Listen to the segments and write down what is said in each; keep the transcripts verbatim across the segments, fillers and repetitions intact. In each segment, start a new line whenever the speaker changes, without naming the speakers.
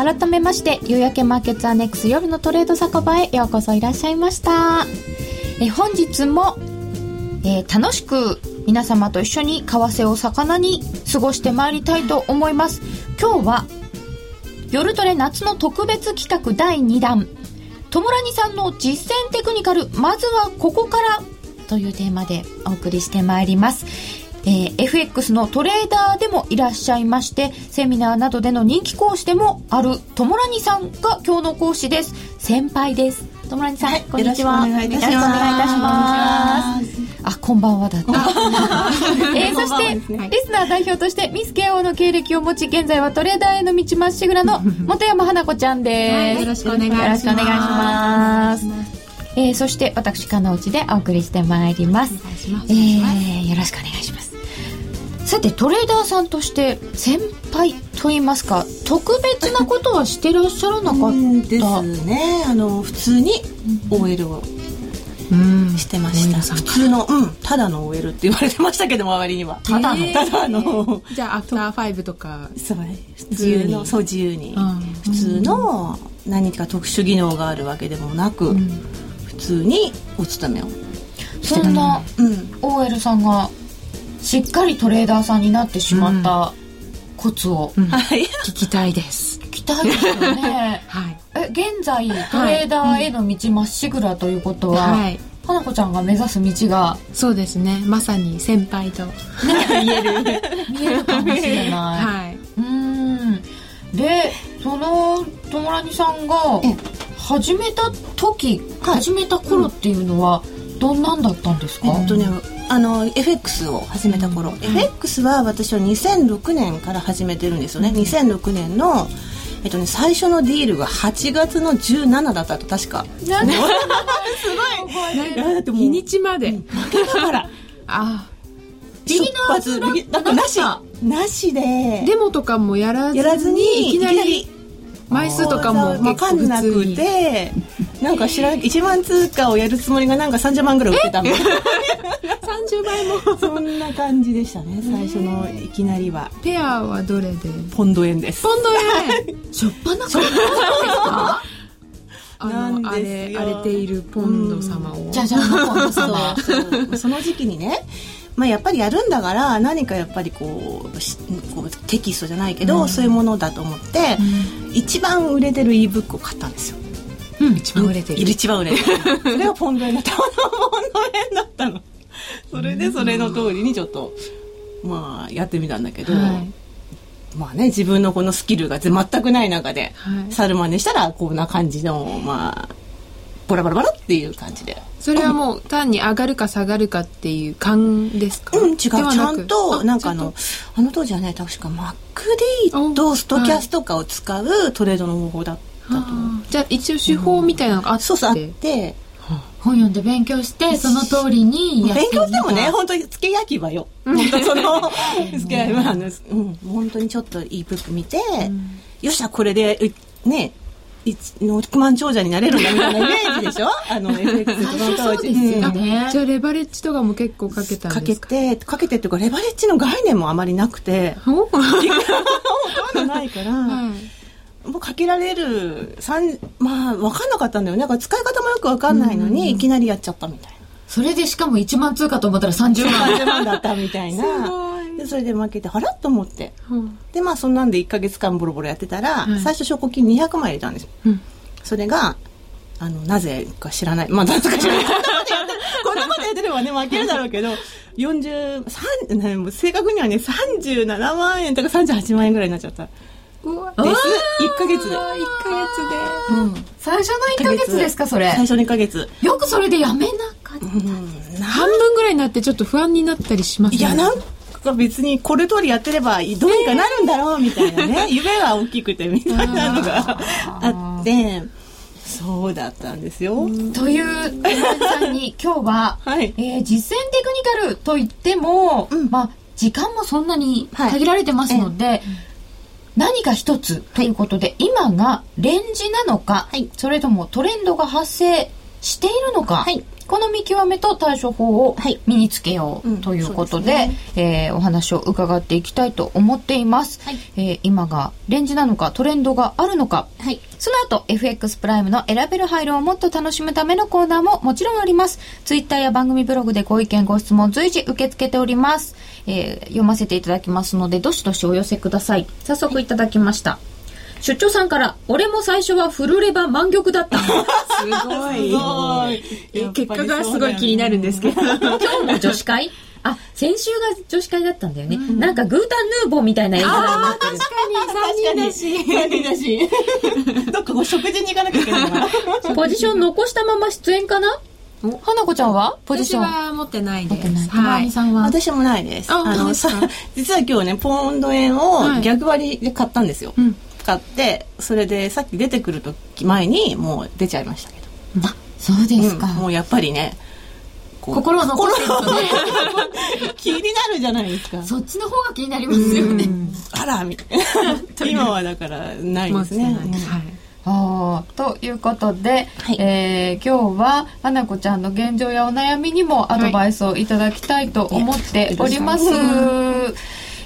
改めまして夕焼けマーケッツアネックス夜のトレード酒場へようこそいらっしゃいました。え本日も、えー、楽しく皆様と一緒に為替を魚に過ごしてまいりたいと思います。今日は夜トレ夏の特別企画だいにだん、ともらにさんの実践テクニカル、まずはここからというテーマでお送りしてまいります。えー、エフエックス のトレーダーでもいらっしゃいまして、セミナーなどでの人気講師でもあるともらにさんが今日の講師です。先輩です。ともらにさん、はい、こんにちは。よろしくお願いいたします。あ、こんばんはだった。えー、そして、ね、リスナー代表としてミスケオの経歴を持ち、現在はトレーダーへの道まっしぐらの本山花子ちゃんです、はい、
よろしくお願いします。
よろしくお願いします。えー、そして私加納内でお送りしてまいります。お願いします。えー、よろしくお願いします。さて、トレーダーさんとして先輩といいますか、特別なことはしてらっしゃらなかった
ですね。あの普通に オーエル をしてました。普通の、うん、ただの オーエル って言われてましたけど、周りには
ただの、
ただの
じゃあアフターファイブとか、
そう普通の、そう自由に、うん、普通の何か特殊技能があるわけでもなく、うん、普通にお勤めをしてた。
そんな、うん、オーエル さんがしっかりトレーダーさんになってしまったコツを、
うんうん、聞きたいです。
聞きたいですよね、はい、え現在トレーダーへの道まっしぐらということは、はい、花子ちゃんが目指す道が、
そうですね、まさに先輩と、ね、
見える見えるかもしれない、はい、うーんで、そのともらにさんが始めた時、始めた頃っていうのはどんなんだったんですか？
えっとね、あの エフエックス を始めた頃、うん、エフエックス は私はにせんろくねんから始めてるんですよね、うん、にせんろくねんの、えっとね、最初のディールがはちがつのじゅうしちだったと確か。
すごい
だってもう日にちまで、うん、
負けだから
あビギナーズラック
なしなしで
デモとかもやらずに、
やらずに
いきなり枚数とかも
分かんなくて、なんか知らないいちまん通貨をやるつもりがなんかさんじゅうまんぐらい売ってたのさ
んじゅうばいも
そんな感じでしたね、最初のいきなりは。
ペアはどれで？
ポンド円です。
ポンド円
しょっぱなからですか？
あの荒れ荒れているポンド様を、
じゃじゃのポンド様
そうその時期にね、まあ、やっぱりやるんだから何かやっぱりこう、こうテキストじゃないけど、うん、そういうものだと思って、うん、一番売れてる ebook を買ったんですよ、
うん、一番売れてる
一番売れてるそれがポンド円だったポンド円だったの。それでそれの通りにちょっとまあやってみたんだけど、はい、まあね、自分のこのスキルが全くない中で、はい、猿真似したらこんな感じのまあボラボラボラっていう感じで。
それはもう単に上がるか下がるかっていう感ですか？
うん、違う、ちゃんとなんかあのあの当時はね、確か マックディ とストキャスとかを使うトレードの方法だったと思う。
じゃあ一応手法みたいなのがあって、うん、
そうそうあって、
本読んで勉強してその通りにやってみた。
勉強してもね、本当に付け焼き場よ本当その付け焼き場なんです、うん、本当にちょっといいブック見て、うん、よっしゃこれでね億万長者になれるんだみたいなイメージでしょあの エフエックス の当時、
うん、
じゃあレバレッジとかも結構かけたんですか？
かけてかけてっていうかレバレッジの概念もあまりなくてほとんどないから、はい、もうかけられるまあ分かんなかったんだよね。だから使い方もよく分かんないのに、うん、いきなりやっちゃったみたいな。
それでしかもいちまん通貨と思ったらさんじゅうまん
さんじゅうまんだったみたいなでそれで負けてはらっと思って、うん、でまあそんなんでいっかげつかんボロボロやってたら、うん、最初証拠金にひゃくまん入れたんですよ、うん、それがあのなぜか知らない、まあなぜか知らないこんなことやってればね負けるだろうけどよんじゅうさん正確にはねさんじゅうななまんえんとかさんじゅうはちまんえんぐらいになっちゃった
うわ
です。いっかげつでいっ
かげつで、
うん、最初のいっかげつですか？それ
最初のいっかげつ
よくそれでやめなかった、うん、
半分ぐらいになってちょっっと不安になったりしますね。
いやなんか別にこれ通りやってればどうにかなるんだろうみたいなね、夢は大きくてみたいなのがあってそうだったんですよ。
というさんに今日は、はいえー、実践テクニカルといっても、うんまあ、時間もそんなに限られてますので、はい、何か一つということで、はい、今がレンジなのか、はい、それともトレンドが発生しているのか、
はい、
この見極めと対処法を身につけようということで、はい、うん、でね、えー、お話を伺っていきたいと思っています、はい、えー、今がレンジなのかトレンドがあるのか、はい、その後 エフエックス プライムの選べる配慮をもっと楽しむためのコーナーももちろんあります。ツイッターや番組ブログでご意見ご質問随時受け付けております、えー、読ませていただきますのでどしどしお寄せください。早速いただきました、はい、出張さんから、俺も最初はフルレバ満玉だったす
ごいすご
い結果がすごい気になるんですけど
今日も女子会、あ、先週が女子会だったんだよね、うん、なんかグータンヌーボーみたいな映画になってる。
確かにさんにんだしさんにんだ
しどっかお食事に行かなきゃいけないから
ポジション残したまま出演かな。花子ちゃんはポジション
私は持ってないです。持ってない。
はい、さんは
私もないです。あのさ実は今日ねポンド円を逆割で買ったんですよ、はい、うん、買ってそれでさっき出てくる時前にもう出ちゃいましたけど。
あ、そうですか、
うん、もうやっぱりね
心を残してるとね
気になるじゃないですか。
そっちの方が気になりますよね。
あらみたいな今はだからないですね、はい、
あということで、はい、えー、今日は花子ちゃんの現状やお悩みにもアドバイスをいただきたいと思っております、はい、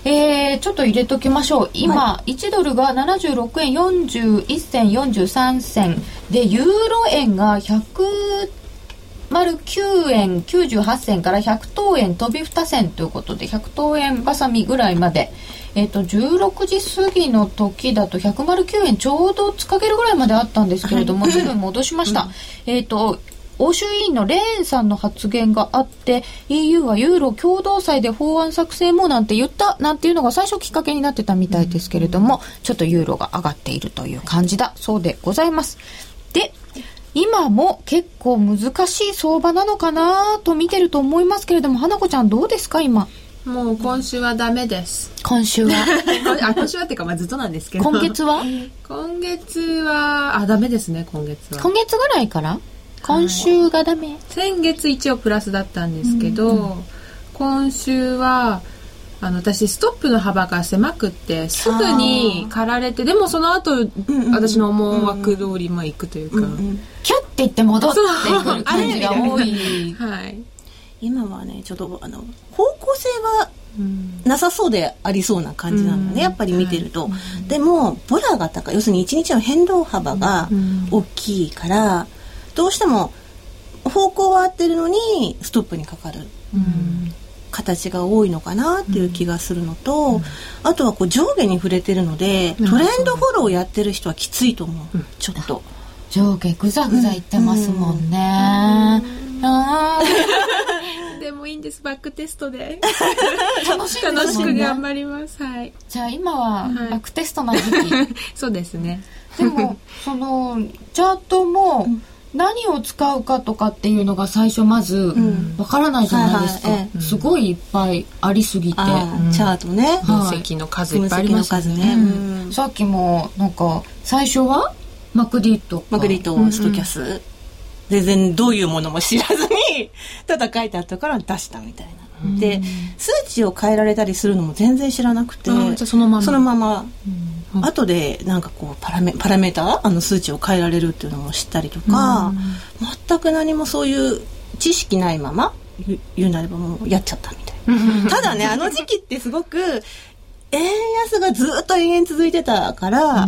えー、ちょっと入れときましょう。今、はい、いちドルがななじゅうろくえんよんじゅういっせんよんじゅうさんせんで、ユーロ円がひゃくきゅうえんきゅうじゅうはちせんからひゃくとうえん飛びにせんということでひゃくとうえんばさみぐらいまで、えー、とじゅうろくじ過ぎの時だとひゃくきゅうえんちょうどつかげるぐらいまであったんですけれども、はい、随分戻しました、うん、えーと欧州委員のレーンさんの発言があって イーユー はユーロ共同裁で法案作成もなんて言ったなんていうのが最初きっかけになってたみたいですけれども、うん、ちょっとユーロが上がっているという感じだそうでございます。で今も結構難しい相場なのかなと見てると思いますけれども、花子ちゃんどうですか今。
もう今週はダメです。
今週は
あ今週はっていうかまあずっとなんですけど、
今月は
今月はあダメですね。今月は
今月ぐらいから今週がダメ、はい、
先月一応プラスだったんですけど、うんうん、今週はあの私ストップの幅が狭くってすぐに刈られて、でもその後、うんうん、私の思惑通りまあ行くというか、うんうん、
キュッていって戻ってくる感じが多い
はい、今はねちょっとあの方向性はなさそうでありそうな感じなのね、うん、やっぱり見てると、はい、でもボラが高い、要するにいちにちの変動幅が大きいから、うん、どうしても方向は合ってるのにストップにかかる、うん形が多いのかなっていう気がするのと、うん、あとはこう上下に触れてるので、うん、トレンドフォローやってる人はきついと思う、うん、ちょっと
上下グザグザいってますもんね、うんうん、あ
でもいいんです、バックテストで
楽しいですもんね。
楽しく頑張ります、はい、
じゃあ今はバックテストの時期、はい、
そうですね。
でもそのチャートも、うん何を使うかとかっていうのが最初まずわからないじゃないですか、うんはいはいええ、すごいいっぱいありすぎて、
うん、チャートね、
分析の数いっぱいありますね、
ね、うん、さっきもなんか最初はマクディとか
マクディとストキャス、うんうん、全然どういうものも知らずにただ書いてあったから出したみたいな、うん、で数値を変えられたりするのも全然知らなくて、
じゃそのまま
そのまま、うん、後でなんかこうパラメ、パラメータあの数値を変えられるっていうのも知ったりとか、うん、全く何もそういう知識ないまま言うなればもうやっちゃったみたいなただねあの時期ってすごく円安がずっと延々続いてたから、うん、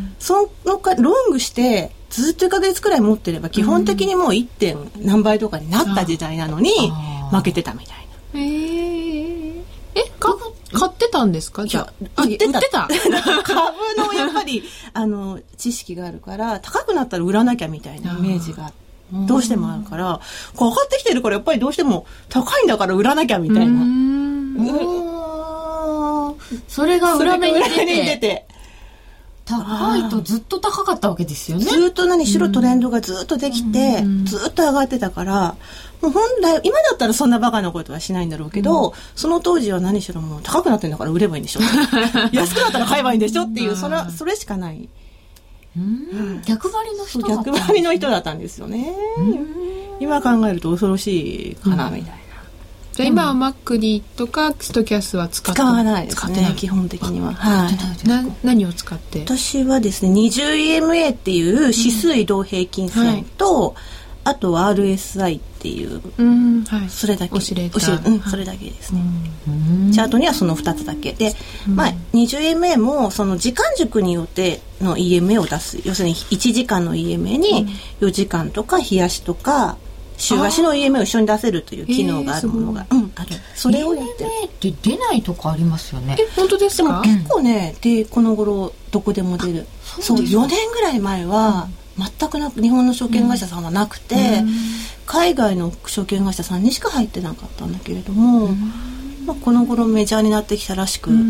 そのかロングしてずっといっかげつくらい持ってれば基本的にもう いってん 何倍とかになった時代なのに負けてたみたいな。
へーえか買ってたんですか？じゃあ
売ってた、売ってた株のやっぱりあの知識があるから高くなったら売らなきゃみたいなイメージがどうしてもあるからこう上がってきてるからやっぱりどうしても高いんだから売らなきゃみたいな。うー
ん、それが裏目に出て、出て高いとずっと高かったわけですよね。
ずっと何しろトレンドがずっとできてずっと上がってたからもう本来今だったらそんなバカなことはしないんだろうけど、うん、その当時は何しろもう高くなってんだから売ればいいんでしょ安くなったら買えばいいんでしょっていうそれそれしかない、
うん、逆張りの人だったんですね。
逆張りの人だったんですよね。今考えると恐ろしいかなみたいな、うん、
じゃあ今はマックリとかストキャスは使って
使わないですね。基本的には、はい、
な何を使って？
私はですね にじゅうイーエムエー っていう指数移動平均線と、うんはい、 あとは アールエスアイ っていう、
うんはい、
それだけ
オシレーター、
うん、それだけですね、
うん、
チャートにはそのふたつだけで、まあ、にじゅうイーエムエー もその時間軸によっての イーエムエー を出す、要するにいちじかんの イーエムエー によじかんとか日足とか週足の イーエムエー を一緒に出せるという機能があるものが、うん、ある。それをやってる。
イーエムエー って出ないとこありますよね。
え本当ですか？
でも結構ね、でこの頃どこでも出る。そう、よねんぐらい前は、うん、全くなく日本の証券会社さんはなくて、うん、海外の証券会社さんにしか入ってなかったんだけれども、うん、まあ、この頃メジャーになってきたらしく、うんうんうん、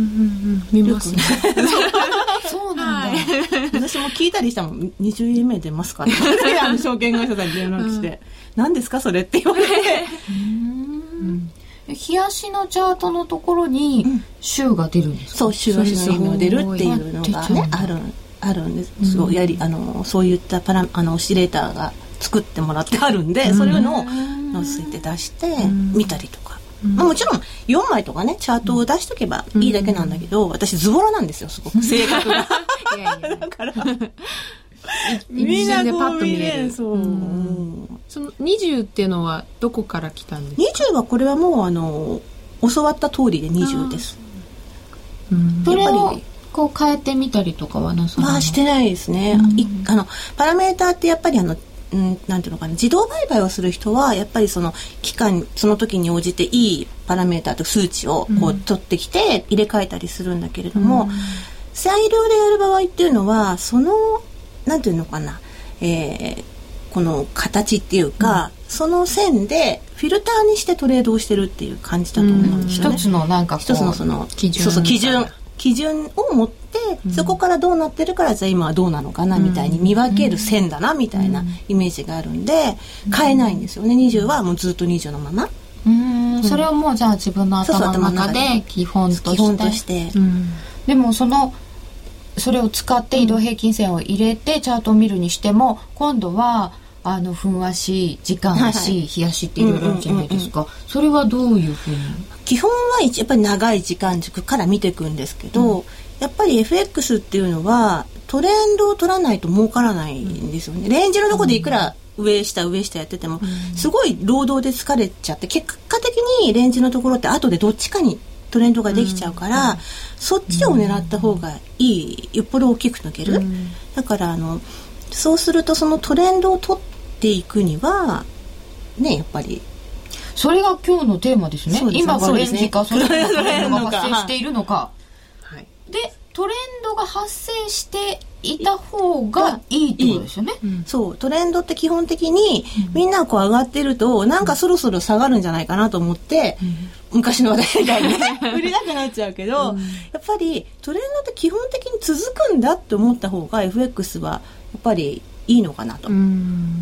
見ますね。
そうなんだ、はい、
私も聞いたりしたもん。にじゅうイーエムエー出ますかってあの証券会社さんに電話して、うん、何ですかそれって言われて
うん日足のチャートのところに週が出るんですか？
そう、週足の意味が出るっていうのがねあるあるんです。そうやりあのそういったパラあのオシレーターが作ってもらってあるんで、そういうのを載せて出して見たりとか、まあ、もちろんよんまいとかねチャートを出しとけばいいだけなんだけど、私ズボラなんですよすごく性格がいやいやだから
みんなでパッと見れる。
そう、うん、
そのにじゅうっていうのはどこから来たんですか？
にじゅうはこれはもうあの教わった通りでにじゅうです。
うん、それをこう変えてみたりとかはなさらない？
まあしてないですね、うん、いあのパラメーターってやっぱりあのうん、なんていうのかな、自動売買をする人はやっぱりその期間その時に応じていいパラメーターと数値をこう取ってきて入れ替えたりするんだけれども、うん、裁量でやる場合っていうのはそのなんていうのかな、えー、この形っていうか、うん、その線でフィルターにしてトレードをしてるっていう感じだと思うんですよね、うん、
一つのなんかこう
一つのその
基準、
そうそう基準基準を持って、うん、そこからどうなってるからじゃあ今はどうなのかなみたいに見分ける線だなみたいなイメージがあるんで、うん、変えないんですよね。にじゅうはもうずっとにじゅうのまま、
うん、それをもうじゃあ自分の頭の中で基本として、基本として、うん、でもそのそれを使って移動平均線を入れてチャートを見るにしても、今度はあの分足、時間足、はいはい、日足っていろいろあるじゃないですか、うんうんうんうん、それはどういうふうに？
基本はやっぱり長い時間軸から見ていくんですけど、うん、やっぱり エフエックス っていうのはトレンドを取らないと儲からないんですよね、うん、レンジのとこでいくら上下上下やってても、うん、すごい労働で疲れちゃって結果的にレンジのところって後でどっちかにトレンドができちゃうから、うん、そっちを狙った方がいい、よっぽど大きく抜ける、うん、だからあのそうするとそのトレンドを取っていくにはね、やっぱり
それが今日のテーマですね。今がレンジかそれともトレンドが発生しているのか、はい、でトレンドが発生していた方がいいってことですよね。
いい、うん、そうトレンドって基本的にみんなこう上がってると、うん、なんかそろそろ下がるんじゃないかなと思って、うん、昔の話題みたいにね売りなくなっちゃうけど、うん、やっぱりトレンドって基本的に続くんだって思った方が エフエックス はやっぱりいいのかなと、うん、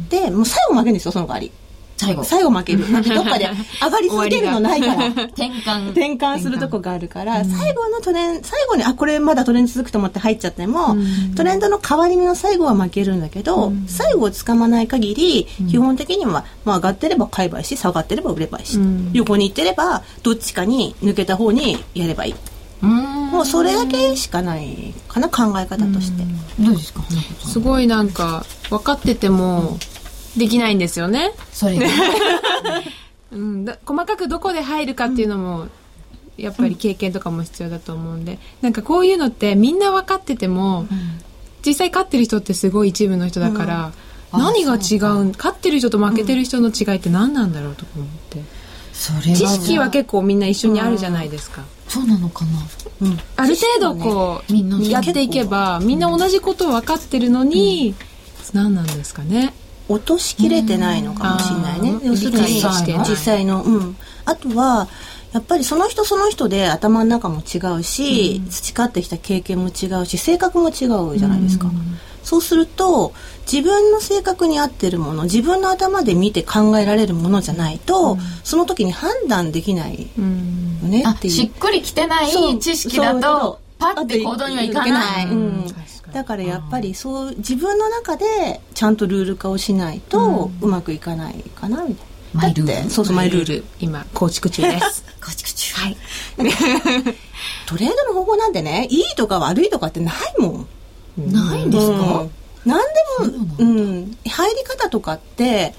でもう最後負けるんですよその代わり。最後最後負けるだってどっかで上がり続けるのないから
転換
転換するとこがあるから、うん、最後のトレン最後にあこれまだトレンド続くと思って入っちゃっても、うん、トレンドの変わり目の最後は負けるんだけど、うん、最後をつかまない限り、うん、基本的には、まあ、上がってれば買いばいし下がってれば売ればいし、うん、横に行ってればどっちかに抜けた方にやればいい。うんもうそれだけしかないかな考え方として。
どうですか？
すごいなんか分かっててもできないんですよね。
それが、
うん、だ細かくどこで入るかっていうのもやっぱり経験とかも必要だと思うんで、うん、なんかこういうのってみんな分かってても、うん、実際勝ってる人ってすごい一部の人だから、うん、何が違う勝ってる人と負けてる人の違いって何なんだろうとか思って、うん、それは知識は結構みんな一緒にあるじゃないですか、うん、
そうなのかな、
うん、ある程度こう、ね、やっていけばみんな同じことを分かってるのに、うん、何なんですかね。
落としきれてないのかもしれないね、要するに実際の、うん、あとはやっぱりその人その人で頭の中も違うし、うん、培ってきた経験も違うし性格も違うじゃないですか、うん、そうすると自分の性格に合ってるもの自分の頭で見て考えられるものじゃないと、うん、その時に判断できないよねっていう、
しっくりきてない知識だとパッて行動にはいかない、うん、
だからやっぱりそう自分の中でちゃんとルール化をしないとうまくいかないかなみたいな、
マイルール、
そうそうマイルール
今構築中です
構築中、
はいトレードの方法なんてねいいとか悪いとかってないもん、
うん、ないんですか、
うん、なんでも、うん、入り方とかって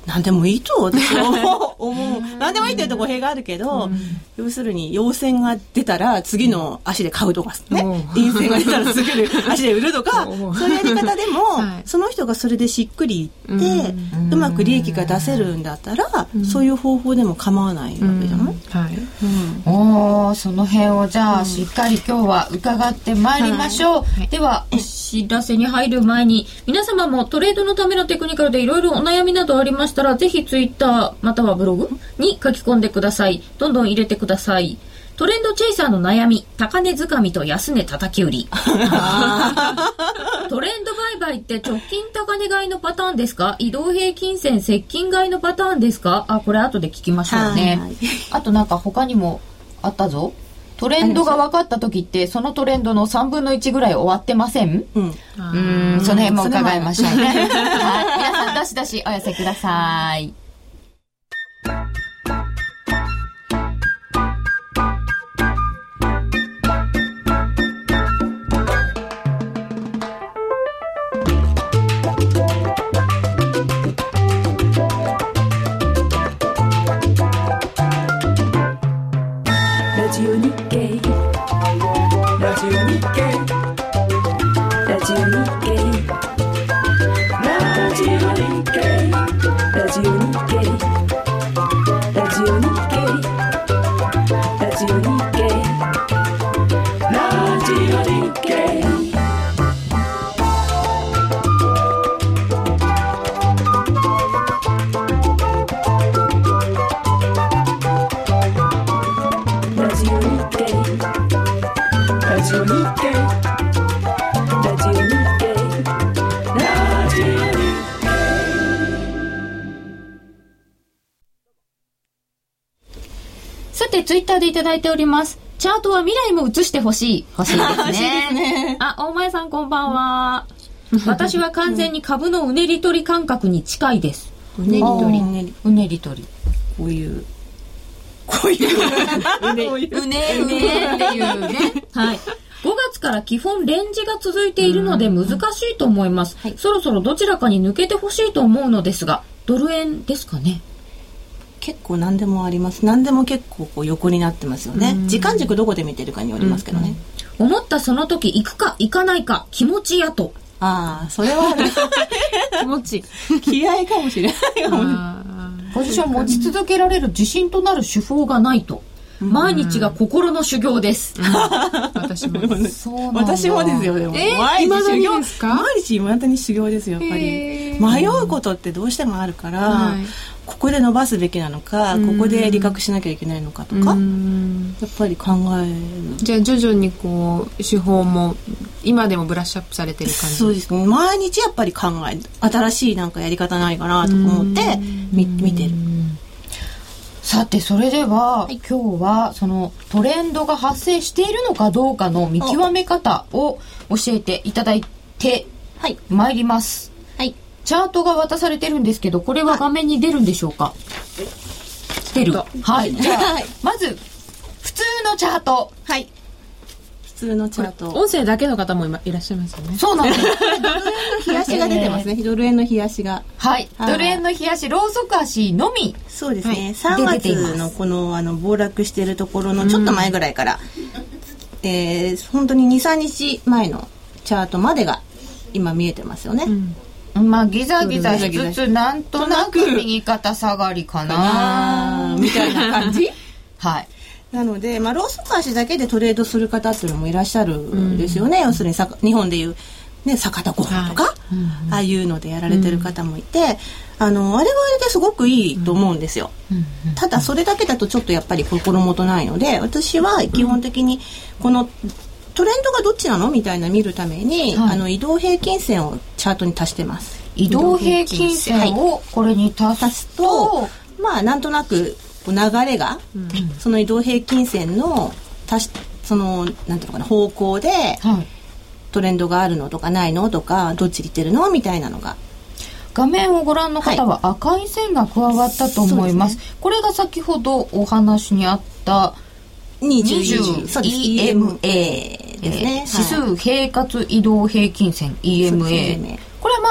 何でもいいと私は思う何でもいいっていうと語弊があるけど、うん、要するに陽線が出たら次の足で買うとかね、うん、陰線が出たら次の足で売るとかそういうやり方でも、はい、その人がそれでしっくりいって、うん、うまく利益が出せるんだったら、うん、そういう方法でも構わないわけじゃない、うんはい
うん、おその辺をじゃあ、うん、しっかり今日は伺ってまいりましょう、はい、ではお知らせに入る前に皆様もトレードのためのテクニカルでいろいろお悩みなどありましたらぜひツイッターまたはブログに書き込んでください。どんどん入れてください。トレンドチェイサーの悩み、高値掴みと安値叩き売り。トレンド売買って直近高値買いのパターンですか？移動平均線接近買いのパターンですか？あ、これ後で聞きましょうね。あとなんか他にもあったぞ。トレンドが分かった時ってそのトレンドのさんぶんのいちぐらい終わってません？うん、うんその辺も伺いましょうね。はい、皆さんどしどしお寄せください。ツイッターでいただいております。チャートは未来も映してほしい。欲しいですね。欲しいですね。あ、大前さんこんばんは。私は完全に株のうねり取り感覚に近いです。うねり取り。うねり取り。
こういう。こういう。
うね、うね、うねっていうね。はい。ごがつから基本レンジが続いているので難しいと思います。はい、そろそろどちらかに抜けてほしいと思うのですが、ドル円ですかね。
結構何でもあります。何でも結構こう横になってますよね。時間軸どこで見てるかによりますけどね。
うんうん、思ったその時行くか行かないか気持ちやと。
ああ、それは、ね、
気持ち
気合かもしれないかもね。
ポジション持ち続けられる自信となる手法がないと。毎日が心の修行です。うん、
私もです。
私もですよ。でも
えー、毎日修行ですか？
毎日未だに修行ですよ。やっぱり迷うことってどうしてもあるから、はい、ここで伸ばすべきなのか、ここで理覚しなきゃいけないのかとか、やっぱり考える。
じゃあ徐々にこう手法も今でもブラッシュアップされてる感じ。
そうですね。毎日やっぱり考える。新しいなんかやり方ないかなと思って見てる。
さてそれでは、はい、今日はそのトレンドが発生しているのかどうかの見極め方を教えていただいてまいります、はい、チャートが渡されてるんですけどこれは画面に出るんでしょうか？出る。はい。じゃあまず普通のチャート。
はい。普通のチャート。
音声だけの方も今いらっしゃいますよね。
そうなんです。
ドル円の冷やしが出てますね。ドル円の冷やしが。
はい。ドル円の冷やし、ローソク足のみ。
そうですね。はい、さんがつのこのあの暴落しているところのちょっと前ぐらいから、うん、えー、本当にに、さんにちまえのチャートまでが今見えてますよね。
うん、まあギザギザしつつなんとなく右肩下がりかな
みたいな感じ。
はい。
なので、まあ、ローソク足だけでトレードする方っていうのもいらっしゃるんですよね、うん、要するにさ日本でいう、ね、坂田ごはんとか、はいうんうん、ああいうのでやられてる方もいて、うん、あのあれはあれですごくいいと思うんですよ、うんうん、ただそれだけだとちょっとやっぱり心もとないので私は基本的にこのトレンドがどっちなのみたいな見るために、はい、あの移動平均線をチャートに足してます。
移動平均線をこれに足すと、はい、
まあなんとなく流れが、うん、その移動平均線の足しそのなんていうのかな方向で、はい、トレンドがあるのとかないのとかどっちに行ってるのみたいなのが
画面をご覧の方は赤い線が加わったと思います、はい、これが先ほどお話にあったにじゅう イーエムエー ですね、指数平滑移動平均線 イーエムエー、これはまあ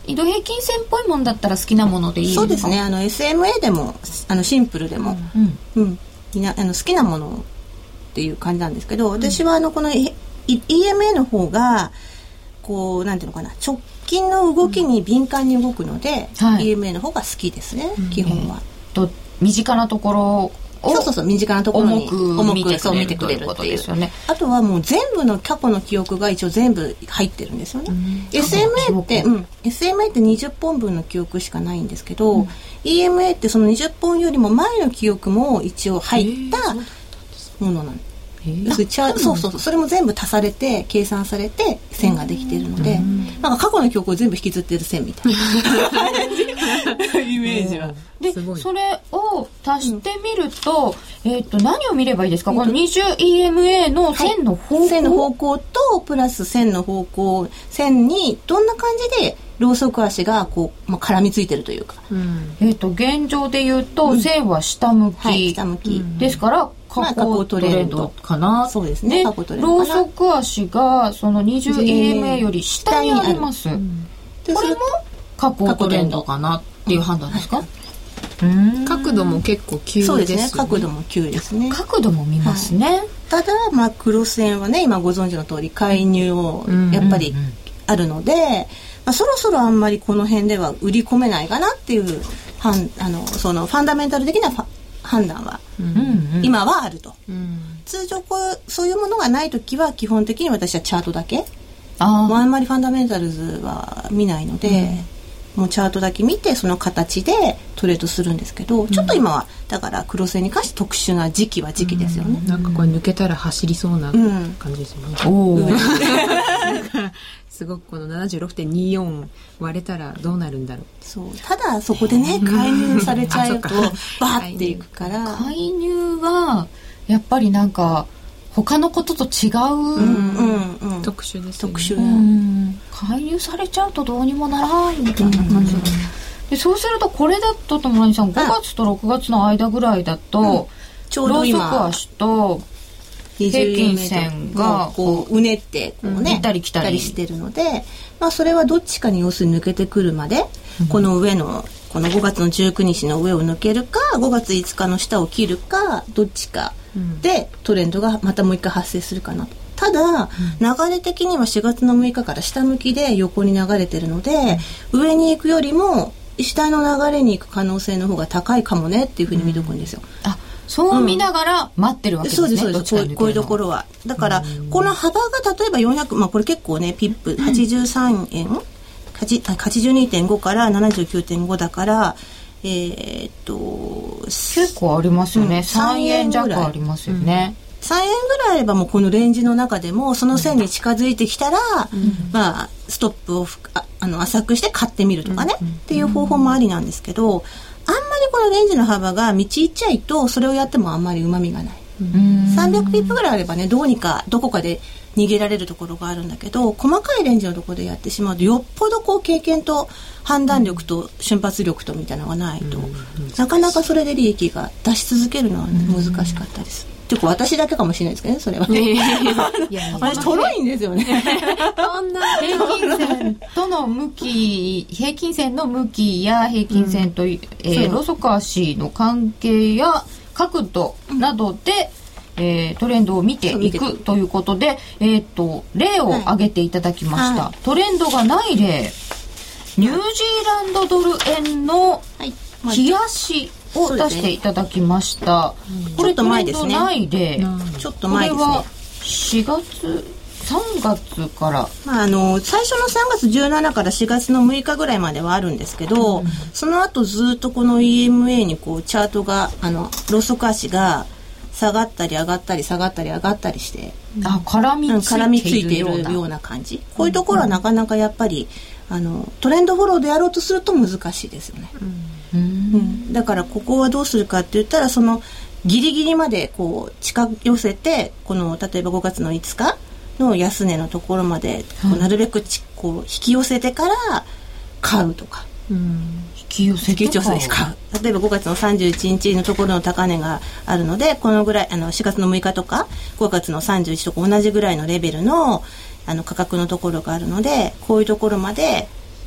移動平均線っぽいもんだったら好きなものでいいですか？
そうですね。あの エスエムエー でもあのシンプルでも、うんうん、みんなあの好きなものっていう感じなんですけど、私はあのこの イーエムエー の方がこうなんていうのかな、直近の動きに敏感に動くので、うんはい、イーエムエー の方が好きですね、うん、基本は。
と身近なところを
そうそうそう身近なところに
重くそう見てくれるっていう。
あとはもう全部の過去の記憶が一応全部入ってるんですよね。うん、エスエムエー って、うん、エスエムエー ってにじゅっぽんぶんの記憶しかないんですけど、うん、イーエムエー ってそのにじゅっぽんよりも前の記憶も一応入ったものなんです。そうそうそう、それも全部足されて計算されて線ができているので、なんか過去の記憶を全部引きずってる線みたいなイメージは。
でそれを足してみると、うん、えー、と何を見ればいいですか？この にじゅうイーエムエー の線の方向、はい、線の方向とプラス線の方向、線にどんな感じでロウソク足がこう、まあ、絡みついてるというか、うん、えー、と現状で言うと、うん、線は下向き、はい、下向きですから下降トレンドかな、まあ、
そうですね。
でロウソク足がその にじゅうイーエムエー より下にあります、うん、これも下降トレンドかなっていう判断ですか？
うん、角度も結構急ですよね。そうですね、
角度も急ですね。
角度も見ますね、はい、
ただ、まあ、クロス円はね今ご存知の通り介入をやっぱりあるので、うんうんうん、まあ、そろそろあんまりこの辺では売り込めないかなっていうはんあのそのファンダメンタル的な判断は、うんうん、今はあると、うん、通常こうそういうものがないときは基本的に私はチャートだけ、あもうあんまりファンダメンタルズは見ないので、うん、もうチャートだけ見てその形でトレードするんですけど、うん、ちょっと今はだからクロス円に関して特殊な時期は時期ですよね、
うん、なんかこれ抜けたら走りそうな感じですよね、うん、おすごくこの ななじゅうろくてんにじゅうよん 割れたらどうなるんだろう。
そうただそこでね、えー、介入されちゃうとバーっていくから
介入はやっぱりなんか他のことと違う、うん
うんうん、特殊ですよね。特殊、うん、
介入されちゃうとどうにもならないみたいな感じ、うん、でそうするとこれだと友達さんごがつとろくがつの間ぐらいだと、うん、ちょうど今ロウソク足と平均線が
こううねってこうね、
行ったり来たり
してるので、まあ、それはどっちかに要するに抜けてくるまで、うん、この上のこのごがつのじゅうくにちの上を抜けるかごがついつかの下を切るかどっちかでトレンドがまたもう一回発生するかなと。ただ、うん、流れ的にはしがつのむいかから下向きで横に流れてるので、うん、上に行くよりも下の流れに行く可能性の方が高いかもねっていうふうに見とくんですよ、
うん、あそう見ながら待ってるわけですね、うん、そうですそうです。
こういうところはだからこの幅が例えばよんひゃく、まあ、これ結構ねピップはちじゅうさんえん、うん、はちじゅうにてんごからななじゅうきゅうてんごだからえー、っと
結構ありますよね、うん、さんえん弱ありますよね、
うん、さんえんぐらいあればもうこのレンジの中でもその線に近づいてきたら、うん、まあストップをああの浅くして買ってみるとかね、うん、っていう方法もありなんですけど、あんまりこのレンジの幅が道いっちゃいとそれをやってもあんまりうまみがない。さんびゃくピップぐらいあればねどうにかどこかで逃げられるところがあるんだけど、細かいレンジのところでやってしまうとよっぽどこう経験と判断力と瞬発力とみたいなのがないと、なかなかそれで利益が出し続けるのは、ね、難しかったです。ていうか私だけかもしれないですけどねそれはね。いや私とろいんですよね。
そんな平均線との向き平均線の向きや平均線と、うん、えー、ロウソク足の関係や角度などで、うん、えー、トレンドを見ていくということで、えー、と例を挙げていただきました、はい、トレンドがない例、ニュージーランドドル円の冷やしを出していただきました、
うん、これトレンド
ない例、
ちょっと前ですね。
これはしがつさんがつから、
まあ、あの最初のさんがつじゅうしちからしがつのむいかぐらいまではあるんですけど、うん、その後ずっとこの イーエムエー にこうチャートがあのロウソク足が下がったり上がったり下がったり上がったりして、
うん、あ絡みついているような、絡みついているような感じ、こういうところはなかなかやっぱりあのトレンドフォローでやろうとすると難しいですよね、うんうん、だからここはどうするかって言ったらそのギリギリまでこう近寄せてこの例えばごがつのいつかの安値のところまでこうなるべくちこう引き寄せてから買うとか、 うん、引き寄せて買う、
例えばごがつのさんじゅういちにちのところの高値があるのでこのぐらいあのしがつのむいかとかごがつのさんじゅういちとか同じぐらいのレベルのあの価格のところがあるのでこういうところまで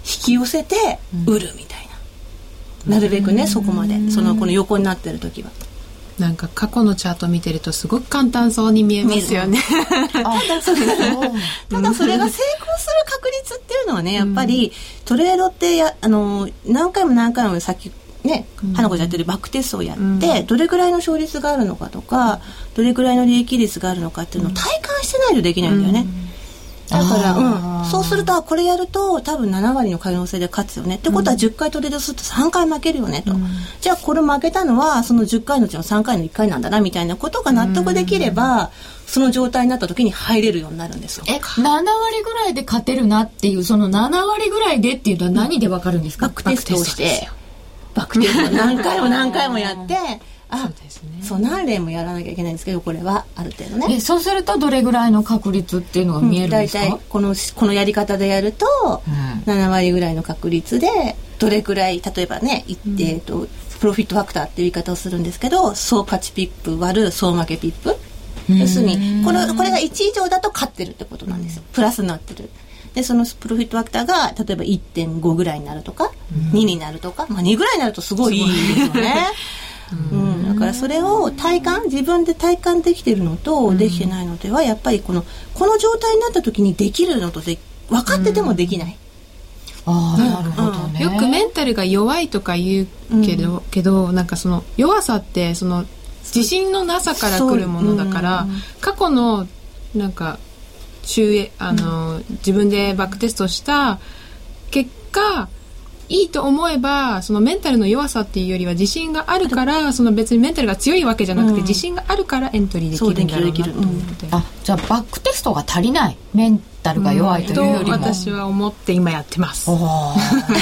き寄せて売るみたいな、なるべくねそこまでそのこの横になってる時は。
なんか過去のチャート見てるとすごく簡単そうに見えますよね。
ただそれただそれが成功する確率っていうのはね、やっぱりトレードってやあの何回も何回もさっきね、花子ちゃんやってるバックテストをやって、どれぐらいの勝率があるのかとかどれぐらいの利益率があるのかっていうのを体感してないとできないんだよね。だから、うん、そうするとこれやると多分ななわりの可能性で勝つよねってことはじゅっかいトレードするとさんかい負けるよねと、うん、じゃあこれ負けたのはそのじゅっかいのうちのさんかいのいっかいなんだなみたいなことが納得できれば、うん、その状態になった時に入れるようになるんですよ。
えななわりぐらいで勝てるなっていうそのななわりぐらいでっていうのは何でわかるんですか？
バックテストをしてバックテストを何回も何回もやってあ
そうですね、
そう何例もやらなきゃいけないんですけどこれはある程度ね。
えそうするとどれぐらいの確率っていうのが見えるんですか？
うん、大体このこのやり方でやると、うん、ななわりぐらいの確率でどれくらい例えばね、うん、えーとプロフィットファクターっていう言い方をするんですけど総勝ちピップ割る総負けピップ、要するにこのこれがいち以上だと勝ってるってことなんですよ。プラスになってる。でそのプロフィットファクターが例えば いってんご ぐらいになるとか、うん、にになるとか、まあ、にぐらいになるとすごいいいですよね。うん、だからそれを体感自分で体感できてるのとできてないのではやっぱりこのこの状態になった時にできるのとで分かっててもできない。
ああ、なるほどね。
よくメンタルが弱いとか言うけど、うん、けどなんかその弱さってその自信のなさから来るものだから、うん、過去のなんか中あの、うん、自分でバックテストした結果いいと思えばそのメンタルの弱さっていうよりは自信があるからその別にメンタルが強いわけじゃなくて、うん、自信があるからエントリーできるんだろうなと思って、
うん、あじゃあバックテストが足りないメンタルが弱いというよりも、
うん、と私は思って今やってます。
あ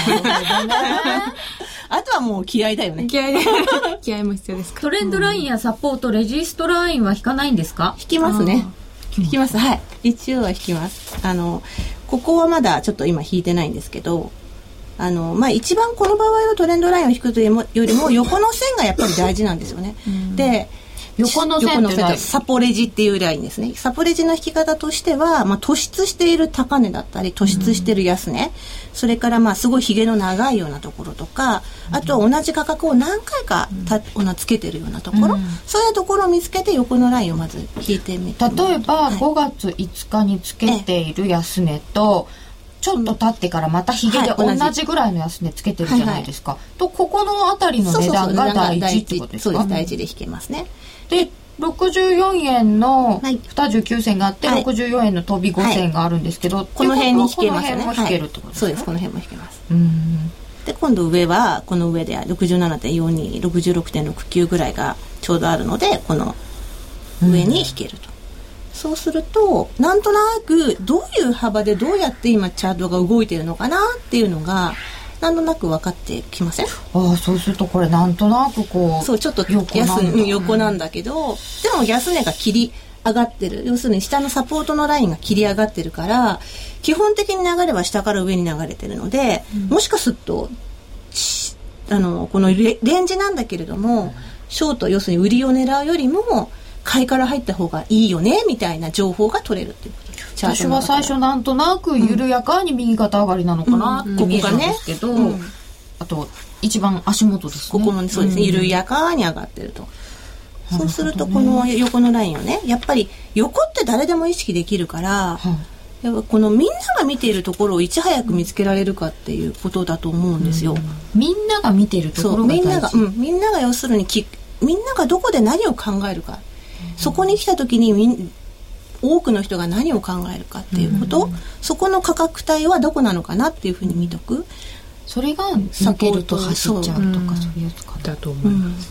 とはもう気合だよね。
気合で気合も必要ですか。
トレンドラインやサポート、うん、レジストラインは引かないんですか？
引きますね。引きます。はい一応は引きます。あのここはまだちょっと今引いてないんですけどあのまあ、一番この場合はトレンドラインを引くというよりも横の線がやっぱり大事なんですよね。うん、で
横の線って
サポレジっていうラインですね。サポレジの引き方としては、まあ、突出している高値だったり突出している安値、うん、それからまあすごいひげの長いようなところとか、うん、あとは同じ価格を何回かた、うん、つけてるようなところ、うん、そういうところを見つけて横のラインをまず引いてみて。
例えばごがついつかにつけている安値と、ええちょっと経ってからまたヒゲで同じぐらいの安値つけてるじゃないですか、はいはい、とここのあたりの値段が大事ってことですか？
そうです大事で引けますね。
でろくじゅうよんえんのにじゅうきゅうせんがあって、はい、ろくじゅうよんえんの飛びごせんがあるんですけど、はい、
この辺に引けますよね。
この辺も引けるってことですか？
はい、そうですこの辺も引けます。うんで今度上はこの上で ろくじゅうななてんよんに ろくじゅうろくてんろくきゅう ぐらいがちょうどあるのでこの上に引けると、うんそうするとなんとなくどういう幅でどうやって今チャートが動いているのかなっていうのがなんとなく分かってきません？あ
あそうするとこれなんとなくこう
そうちょっと横なんだ、横なんだけど、うん、でも安値が切り上がってる要するに下のサポートのラインが切り上がってるから基本的に流れは下から上に流れてるので、うん、もしかするとあのこの レ, レンジなんだけれども、うん、ショート要するに売りを狙うよりも買いから入った方がいいよねみたいな情報が取れるっていうこと。
私は最初なんとなく緩やかに右肩上がりなのかなって見えたんですけど、うんうん、あと一番足元ですね。
ここもそうですね、うん、緩やかに上がってると。そうするとこの横のラインをねやっぱり横って誰でも意識できるから、うん、やっぱこのみんなが見ているところをいち早く見つけられるかっていうことだと思うんですよ。
うん、みんなが見ているところが大事。
そうみんなが、うん、みんなが要するにきみんながどこで何を考えるか。そこに来た時にみん多くの人が何を考えるかっていうこと、うん、そこの価格帯はどこなのかなっていうふうに見とく。
それが避けると走っちゃうとか、うん、そういうやつか
だと思います、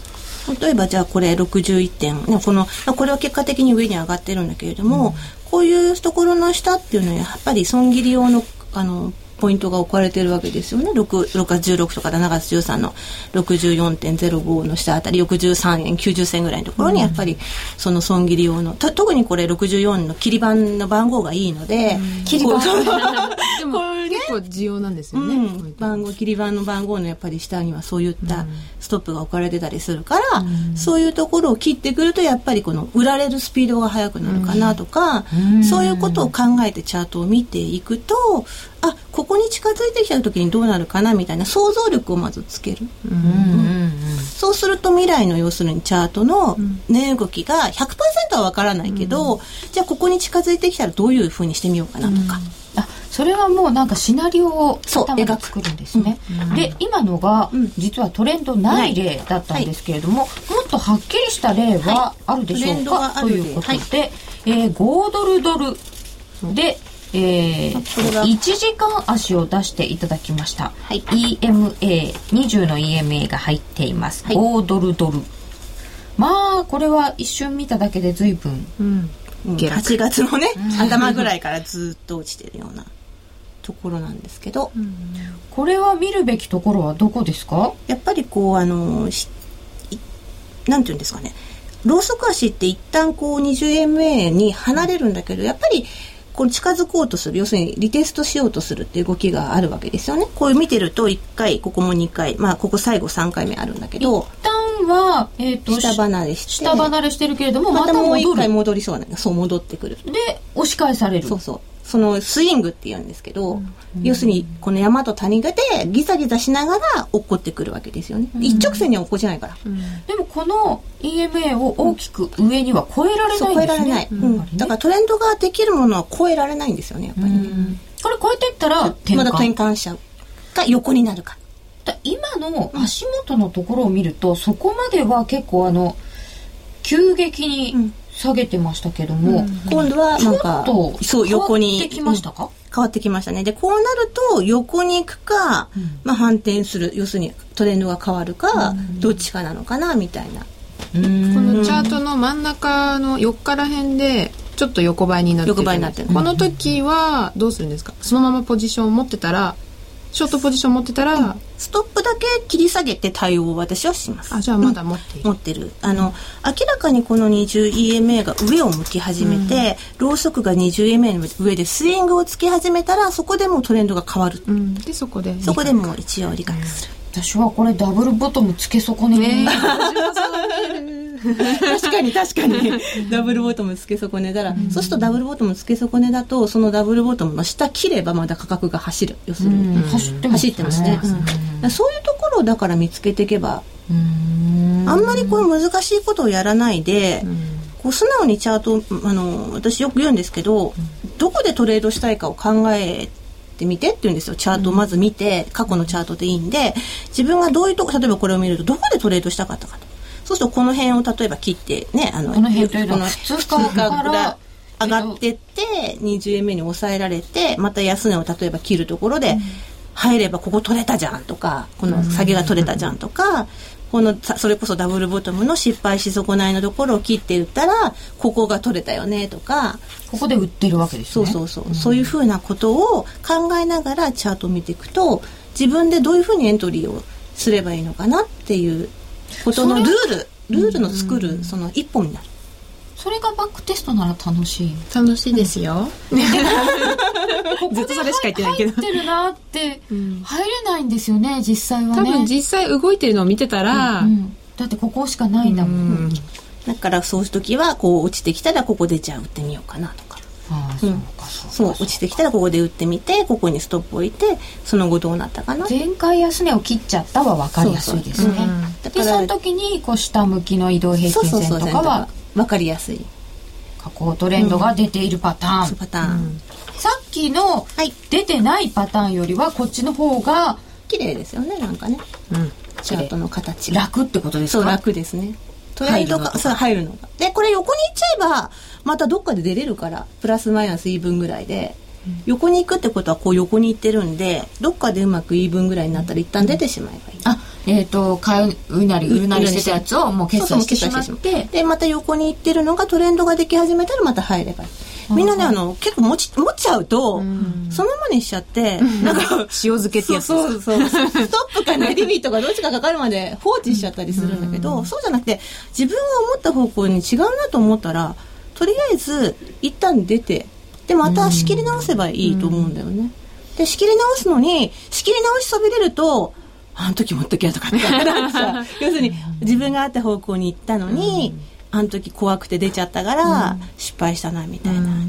うん、例えばじゃあこれろくじゅういってんこのこれは結果的に上に上がってるんだけれども、うん、こういうところの下っていうのはやっぱり損切り用のあのポイントが置かれてるわけですよね。 6, 6月じゅうろくとかしちがつじゅうさんの ろくじゅうよんてんゼロご の下あたりろくじゅうさんえんきゅうじゅっせんぐらいのところにやっぱりその損切り用のと特にこれろくじゅうよんの切り番の番号がいいので、
うん、切り番
でも結構重要なんですよね、
うん、番号切り番の番号のやっぱり下にはそういったストップが置かれてたりするから、うん、そういうところを切ってくるとやっぱりこの売られるスピードが速くなるかなとか、うん、そういうことを考えてチャートを見ていくとあここに近づいてきた時にどうなるかなみたいな想像力をまずつける、うんうんうん、そうすると未来の要するにチャートの値動きが ひゃくパーセント は分からないけど、うん、じゃあここに近づいてきたらどういう風にしてみようかなとか、
うん、あそれはもうなんかシナリオを頭で作るんですね、うん、で今のが実はトレンドない例だったんですけれども、はい、もっとはっきりした例はあるでしょうか、はい、ということで、はいえー、ごドルドルで、えー、いちじかん足を出していただきました、はい、イーエムエーにじゅう の イーエムエー が入っています、はい、ごドルドルまあこれは一瞬見ただけで随分、
うんうん、はちがつのね頭ぐらいからずっと落ちてるようなところなんですけど、うん、
これは見るべきところはどこですか？
やっぱりこうあのなんていうんですかね、ローソク足って一旦こう にじゅうエムエー に離れるんだけど、やっぱりこう近づこうとする、要するにリテストしようとするっていう動きがあるわけですよね。こう見てるといっかい、ここもにかい、まあここ最後さんかいめあるんだけど、
一旦は、えー、と
下離れして
下離れしてるけれども、
またもういっかい戻りそうなんだ。そう戻ってくる。
で押し返される。
そうそう。そのスイングって言うんですけど、うん、要するにこの山と谷がでギザギザしながら落っこってくるわけですよね、うん、一直線には落っこちないから、うん、
でもこの イーエムエー を大きく上には超えられないんですね。
そう超えられない、うんうん、だからトレンドができるものは超えられないんですよねやっぱりね、うん、
これ超えていったら転換
まだ転換しちゃうか横になるか。
だ今の足元のところを見ると、うん、そこまでは結構あの急激に、うん下げてましたけども、うん、
今度はなんか
そう横に変わってきましたか、うん、
変わってきましたね。でこうなると横に行くか、うんまあ、反転する、要するにトレンドが変わるか、うん、どっちかなのかなみたいな。
うんこのチャートの真ん中のよっから辺でちょっと横ばいになってる。
横ばいになってる。
この時はどうするんですか？そのままポジションを持ってたら、ショートポジション持ってたら、うん、
ストップだけ切り下げて対応を私はします。
あ、じゃあまだ持っている、
うん、持ってる。あの明らかにこの にじゅうイーエムエー が上を向き始めて、うん、ローソクが にじゅうイーエムエー の上でスイングをつけ始めたら、そこでもうトレンドが変わる、うん、
でそこで
そこでもう一応理解する、
うん、私はこれダブルボトムつけ損ねね
確かに確かにダブルボトムつけ損ねたら、うん、そうするとダブルボトムつけ損ねだと、そのダブルボトムの下切ればまだ価格が走る、要するに、うん、走ってますね、走ってますね、うん、そういうところをだから見つけていけば、うんあんまりこう難しいことをやらないで、うん、こう素直にチャート、あの私よく言うんですけど、うん、どこでトレードしたいかを考えてみてって言うんですよ。チャートをまず見て、うん、過去のチャートでいいんで、自分がどういうとこ、例えばこれを見るとどこでトレードしたかったかと、そうするとこの辺を例えば切ってね、あの
この辺というのは普通から
上がってってにじゅうえんめに抑えられて、また安値を例えば切るところで入ればここ取れたじゃんとか、この下げが取れたじゃんとか、このそれこそダブルボトムの失敗し損ないのところを切って売ったらここが取れたよねとか、
ここで売ってるわけですね。
そうそうそう、うん、そういうふうなことを考えながらチャートを見ていくと、自分でどういうふうにエントリーをすればいいのかなっていうことのルールルールの作るその一本になる。
それがバックテストなら楽しい。
楽しいですよ、
うん、ずっとそれしか言ってないけど、入ってるなって入れないんですよね、実際はね。
多分実際動いてるのを見てたら、
うんうん、だってここしかないんだもん、うん、
だからそういう時はこう落ちてきたらここでじゃあ売ってみようかなとか、
ああ、そうかそうか、
そう落ちてきたらここで売ってみて、ここにストップ置いて、その後どうなったかな。
前回安値を切っちゃったは分かりやすいですね。そうそう、うん、でその時にこう下向きの移動平均線とかは
分かりやすい、
下降トレンドが出ているパターン、
うん、パターン、うん、
さっきの出てないパターンよりはこっちの方が
綺麗ですよね、なんかね、うん、チャートの形
楽ってことですか？
そう楽ですね、トレンドがそう入るのが。でこれ横に行っちゃえばまたどっかで出れるから、プラスマイナスイーブンぐらいで、うん、横に行くってことはこう横に行ってるんで、どっかでうまくイーブンぐらいになったら一旦出てしまえばいい、うん、
あ、えーと買うなり売るなりしてたやつをもう決済してしまって、
でまた横に行ってるのがトレンドができ始めたらまた入ればいい。みんなね、あの結構持ち持っちゃうと、うん、そのままにしちゃって、なんか
塩漬けってやつ、
そうそうそうストップかねリビーとかどっちかかかるまで放置しちゃったりするんだけど、うん、そうじゃなくて自分が思った方向に違うなと思ったら、とりあえず一旦出て、でまた仕切り直せばいいと思うんだよね、うん、で仕切り直すのに仕切り直しそびれると、あの時持っときゃとかって要するに自分があった方向に行ったのに、うん、あの時怖くて出ちゃったから失敗したなみたいなの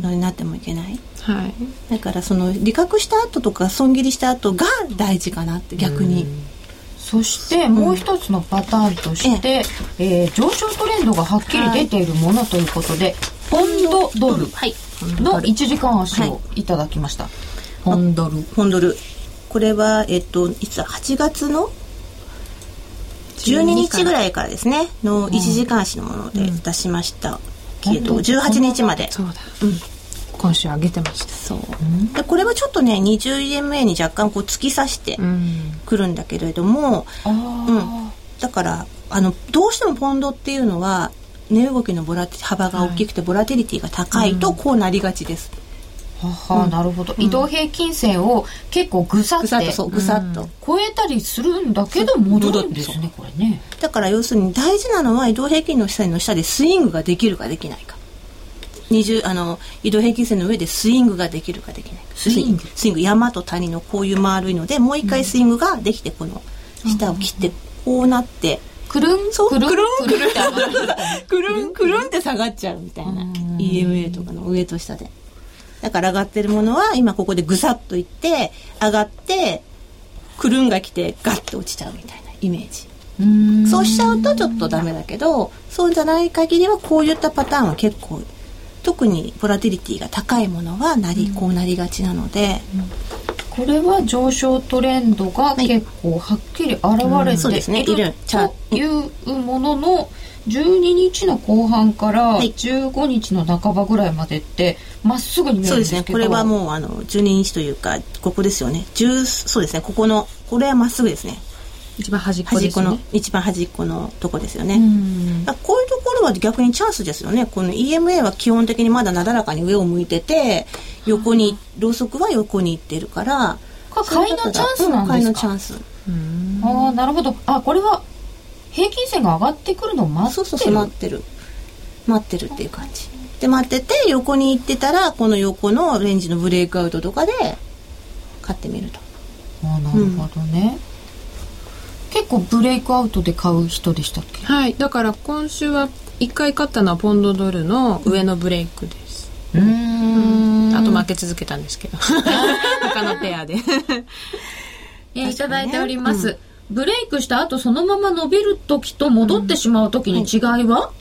のになってもいけない、
はい、
だからその利確した後とか損切りした後が大事かなって逆に。
そしてもう一つのパターンとして、うんえー、上昇トレンドがはっきり出ているものということで、はい、ポンドドルのいちじかん足をいただきました、はい、ポンドル
ポンドルこれは、えっと、いつははちがつのじゅうににちぐらいからですねのいちじかん足のもので出しました、うんけどじゅうはちにちまで
そうだ、うん、今週上げてました。
そう、うん、でこれはちょっとね にじゅうイーエムエー に若干こう突き刺してくるんだけれども、うんうん、だからあのどうしてもポンドっていうのは値動きのボラティ幅が大きくてボラティリティが高いとこうなりがちです、
はは、うん、なるほど、うん、移動平均線を結構ぐさって
ぐさっとそうぐさっと、うん、
超えたりするんだけど戻るんですねこれね。
だから要するに大事なのは移動平均の線の下でスイングができるかできないかにじゅうあの移動平均線の上でスイングができるかできないか
スイング
スイング山と谷のこういう丸いのでもう一回スイングができてこの下を切ってこうなって
くるん
そう
くるん
くるん
くるんって
くるんくるんって下がっちゃうみたいな イーエムエー とかの上と下でだから上がってるものは今ここでぐさっといって上がってくるんが来てガッと落ちちゃうみたいなイメージ。うーんそうしちゃうとちょっとダメだけどそうじゃない限りはこういったパターンは結構特にボラティリティが高いものはなりこうなりがちなので、うん、
これは上昇トレンドが結構はっきり現れているというもののじゅうににちの後半からじゅうごにちの半ばぐらいまでってまっすぐに見えるんですけど、そうですね、
これはもうあのじゅうににちというかここですよねじゅうそうですねここのこれはまっすぐですね
一番端っこですね、
端っこの一番端っこのとこですよね。うんこういうところは逆にチャンスですよね。この イーエムエー は基本的にまだなだらかに上を向いてて横にロウソクは横に行ってるから
買いのチャンスなんですか。
買いのチャンス。
うんああなるほど。あこれは平均線が上がってくるのを待ってる。
そうそうそう待ってる待ってるっていう感じで待ってて横に行ってたらこの横のレンジのブレイクアウトとかで買ってみると。
あなるほどね、うん結構ブレイクアウトで買う人でしたっけ。
はいだから今週はいっかい買ったのはポンドドルの上のブレイクです。
うーん
あと負け続けたんですけど他のペアで
えー、いただいております、うん、ブレイクした後そのまま伸びる時と戻ってしまう時に違いは、うんはい、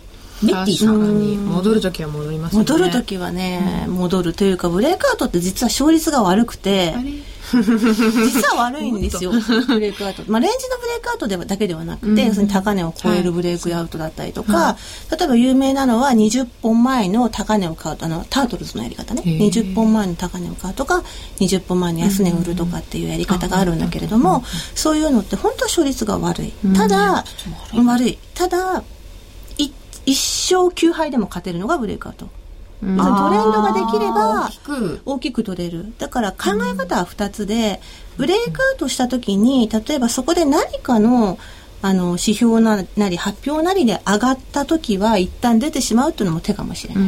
メッティさん
に戻る時は戻りますね。
戻る時はね、うん、戻るというかブレイクアウトって実は勝率が悪くてあれ実は悪いんですよブレイクアウト、まあ、レンジのブレイクアウトではだけではなくて、うん、その高値を超えるブレイクアウトだったりとか、はい、例えば有名なのはにじゅっぽんまえの高値を買うあのタートルズのやり方ねにじゅっぽんまえの高値を買うとかにじゅっぽんまえの安値を売るとかっていうやり方があるんだけれども、うん、そういうのって本当は勝率が悪い、うん、ただ、うん、悪いただい一勝きゅうはいでも勝てるのがブレイクアウト。トレンドができれば大きく、大きく取れる。だから考え方はふたつで、うん、ブレイクアウトした時に例えばそこで何かのあの指標なり発表なりで上がった時は一旦出てしまうというのも手かもしれない。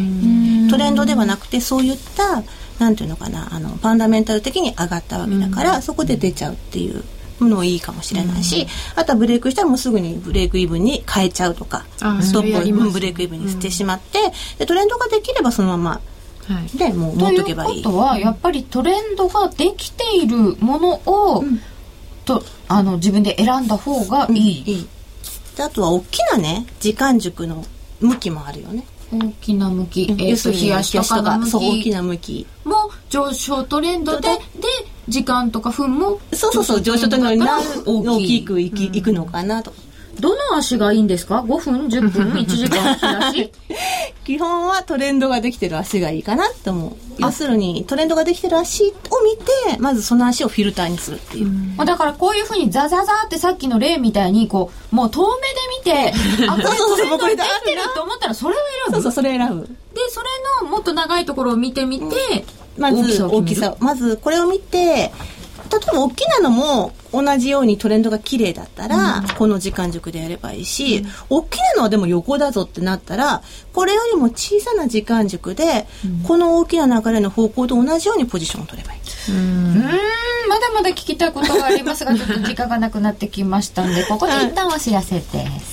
トレンドではなくてそういったなんていうのかなあのファンダメンタル的に上がったわけだから、うん、そこで出ちゃうっていうものもいいかもしれないし、うん、あとはブレイクしたらもうすぐにブレイクイブンに変えちゃうとかストップをブレイクイブンにしてしまって、うん、でトレンドができればそのまま、はい、でもう持っとけばいい。
ということはやっぱりトレンドができているものを、うん、とあの自分で選んだ方がいい、うん、いい。
であとは大きなね時間軸の向きもあるよね。
大きな向き、えー、と冷やしとかの向き
そう大きな向き
も上昇トレンドでで時間とか分も
そうそうそう上昇トレンドになる大きくいき、うん、いくのかなと。
どの足がいいんですか。ごふんじゅっぷんいちじかん足
基本はトレンドができてる足がいいかなと思う。要するにトレンドができてる足を見てまずその足をフィルターにするっていう、うん、
だからこういうふうにザザザってさっきの例みたいにこうもう遠目で見てあこれトレンドができてると思ったらそれを選ぶ。
そうそうそれ選ぶ。
でそれのもっと長いところを見てみて、うん、
まず大きさまずこれを見て例えば大きなのも同じようにトレンドが綺麗だったら、うん、この時間軸でやればいいし、うん、大きなのはでも横だぞってなったらこれよりも小さな時間軸で、うん、この大きな流れの方向と同じようにポジションを取ればいい。
うーんまだまだ聞きたいことがありますがちょっと時間がなくなってきましたのでここで一旦お知らせです。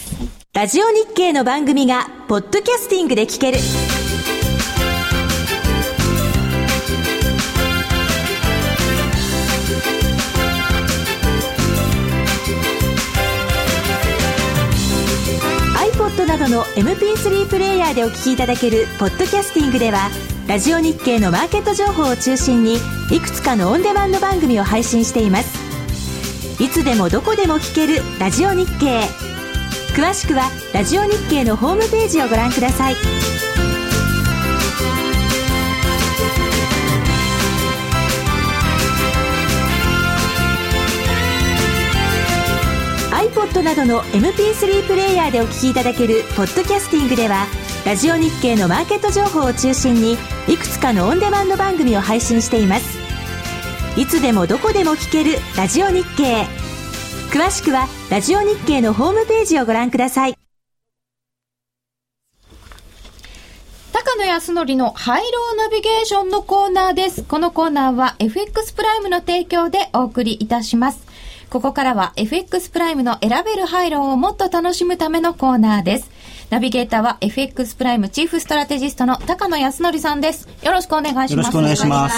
ラジオ日経の番組がポッドキャスティングで聞けるどの エムピースリー プレイヤーでお聞きいただけるポッドキャスティングでは、ラジオ日経のマーケット情報を中心にいくつかのオンデマンド番組を配信しています。いつでもどこでも聞けるラジオ日経。詳しくはラジオ日経のホームページをご覧ください。iPod などの エムピースリー プレイヤーでお聞きいただけるポッドキャスティングでは、ラジオ日経のマーケット情報を中心にいくつかのオンデマンド番組を配信しています。いつでもどこでも聞けるラジオ日経。詳しくはラジオ日経のホームページをご覧ください。
高野康則のハイローナビゲーションのコーナーです。このコーナーは エフエックス プライムの提供でお送りいたします。ここからは エフエックス プライムの選べるハイローをもっと楽しむためのコーナーです。ナビゲーターは エフエックス プライムチーフストラテジストの高野康則さんです。よろしくお願いします。
よろしくお願いします。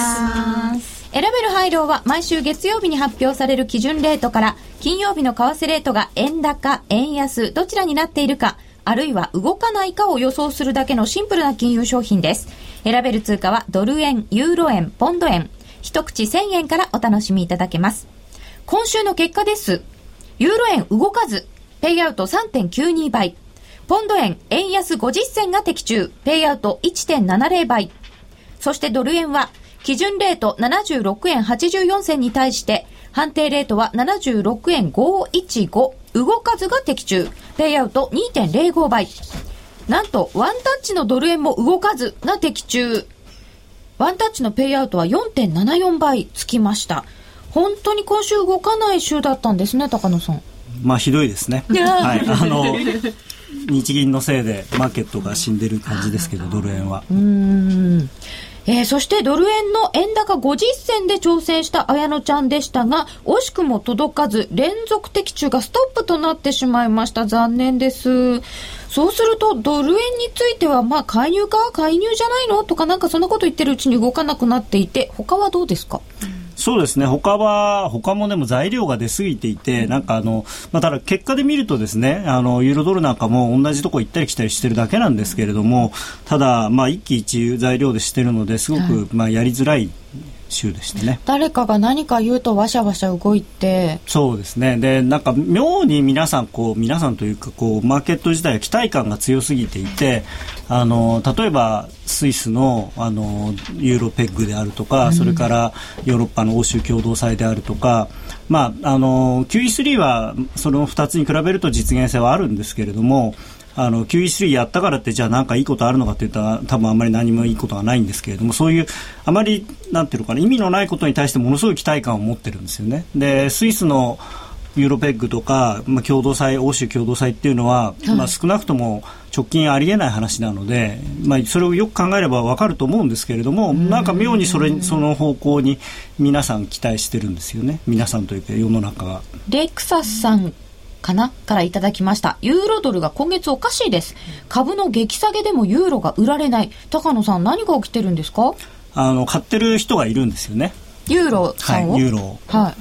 選べるハイローは毎週月曜日に発表される基準レートから金曜日の為替レートが円高、円安、どちらになっているか、あるいは動かないかを予想するだけのシンプルな金融商品です。選べる通貨はドル円、ユーロ円、ポンド円、一口せんえんからお楽しみいただけます。今週の結果です。ユーロ円動かず、ペイアウト さんてんきゅうに 倍。ポンド円、円安ごじゅっ銭が的中、ペイアウト いちてんななぜろ 倍。そしてドル円は、基準レートななじゅうろくえんはちじゅうよん銭に対して、判定レートはななじゅうろくえんごひゃくじゅうご。動かずが的中、ペイアウト にてんぜろご 倍。なんと、ワンタッチのドル円も動かずが的中。ワンタッチのペイアウトは よんてんななよん 倍つきました。本当に今週動かない週だったんですね、高野さん。
まあひどいですね。はい、あの日銀のせいでマーケットが死んでる感じですけど、ドル円は。
うーん。えー、そしてドル円の円高ごじゅっ銭で挑戦した綾乃ちゃんでしたが、惜しくも届かず連続的中がストップとなってしまいました。残念です。そうするとドル円については、まあ介入か介入じゃないのとか、なんかそんなこと言ってるうちに動かなくなっていて、他はどうですか？
そうですね、他は他もでも材料が出過ぎていて、なんかあの、まあ、ただ結果で見るとですね、あのユーロドルなんかも同じとこ行ったり来たりしてるだけなんですけれども、ただまあ一喜一憂材料でしてるのですごくまあやりづらい週でしたね。
誰かが何か言うとワシャワシャ動いて。
そうですね。で、なんか妙に皆さんこう皆さんというかこうマーケット自体は期待感が強すぎていて、あの例えばスイスのあのユーロペッグであるとか、それからヨーロッパの欧州共同債であるとか、まああの キューイースリー はそのふたつに比べると実現性はあるんですけれども、あの キューイースリー やったからってじゃあなんかいいことあるのかって言ったら多分あんまり何もいいことはないんですけれども、そういうあまりなんていうのかな、意味のないことに対してものすごい期待感を持ってるんですよね。でスイスのユーロペッグとか、まあ、共同債欧州共同債っていうのは、はい、まあ、少なくとも直近ありえない話なので、まあ、それをよく考えれば分かると思うんですけれども、なんか妙にそれその方向に皆さん期待してるんですよね。皆さんというか世の中が。
レクサスさんかなからいただきました。ユーロドルが今月おかしいです。株の激下げでもユーロが売られない。高野さん、何が起きてるんですか？あ
の買ってる人がいるんですよね。
ユーロさんを、
はい、ユーロを、はい、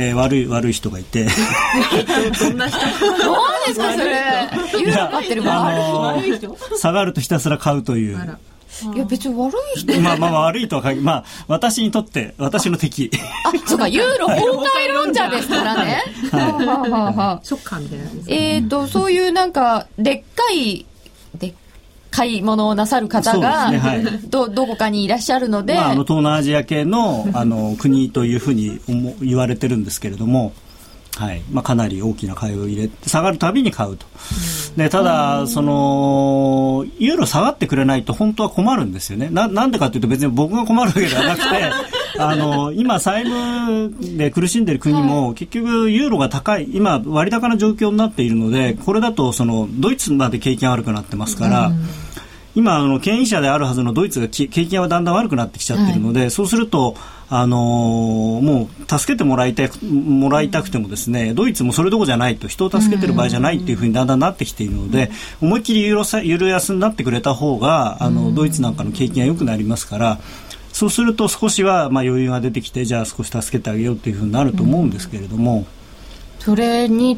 で悪い悪い人がいて
どんな人？
どうですかそれ？ユーロ買ってる場合、
悪い人？下がるとひたすら買うという。
いや別に悪い人
まあまあ悪いとは限り、まあ私にとって私の敵。
あ、そうか、ユーロ崩壊論者ですからね。
はい、はははショッカーみたいなやつですね。
えーとそういうなんかでっかいでっ買い物をなさる方が、ね、はい、ど, どこかにいらっしゃるので、
まあ、あの東南アジア系 の, あの国というふうに言われてるんですけれども、はい、まあ、かなり大きな買いを入れて下がるたびに買うと。でただそのユーロ下がってくれないと本当は困るんですよね。 な, なんでかというと別に僕が困るわけではなくてあの今債務で苦しんでいる国も結局ユーロが高い今割高な状況になっているので、これだとそのドイツまで景気が悪くなってますから、今あの牽引者であるはずのドイツが景気がだんだん悪くなってきちゃってるので、はい、そうするとあのー、もう助けてもらいたいもらいたくてもですね、ドイツもそれどころじゃないと、人を助けてる場合じゃないっていうふうにだんだんなってきているので、思いっきりユーロさユーロ安になってくれた方があのドイツなんかの景気が良くなりますから、そうすると少しはまあ余裕が出てきて、じゃあ少し助けてあげようっていうふうになると思うんですけれども、
それに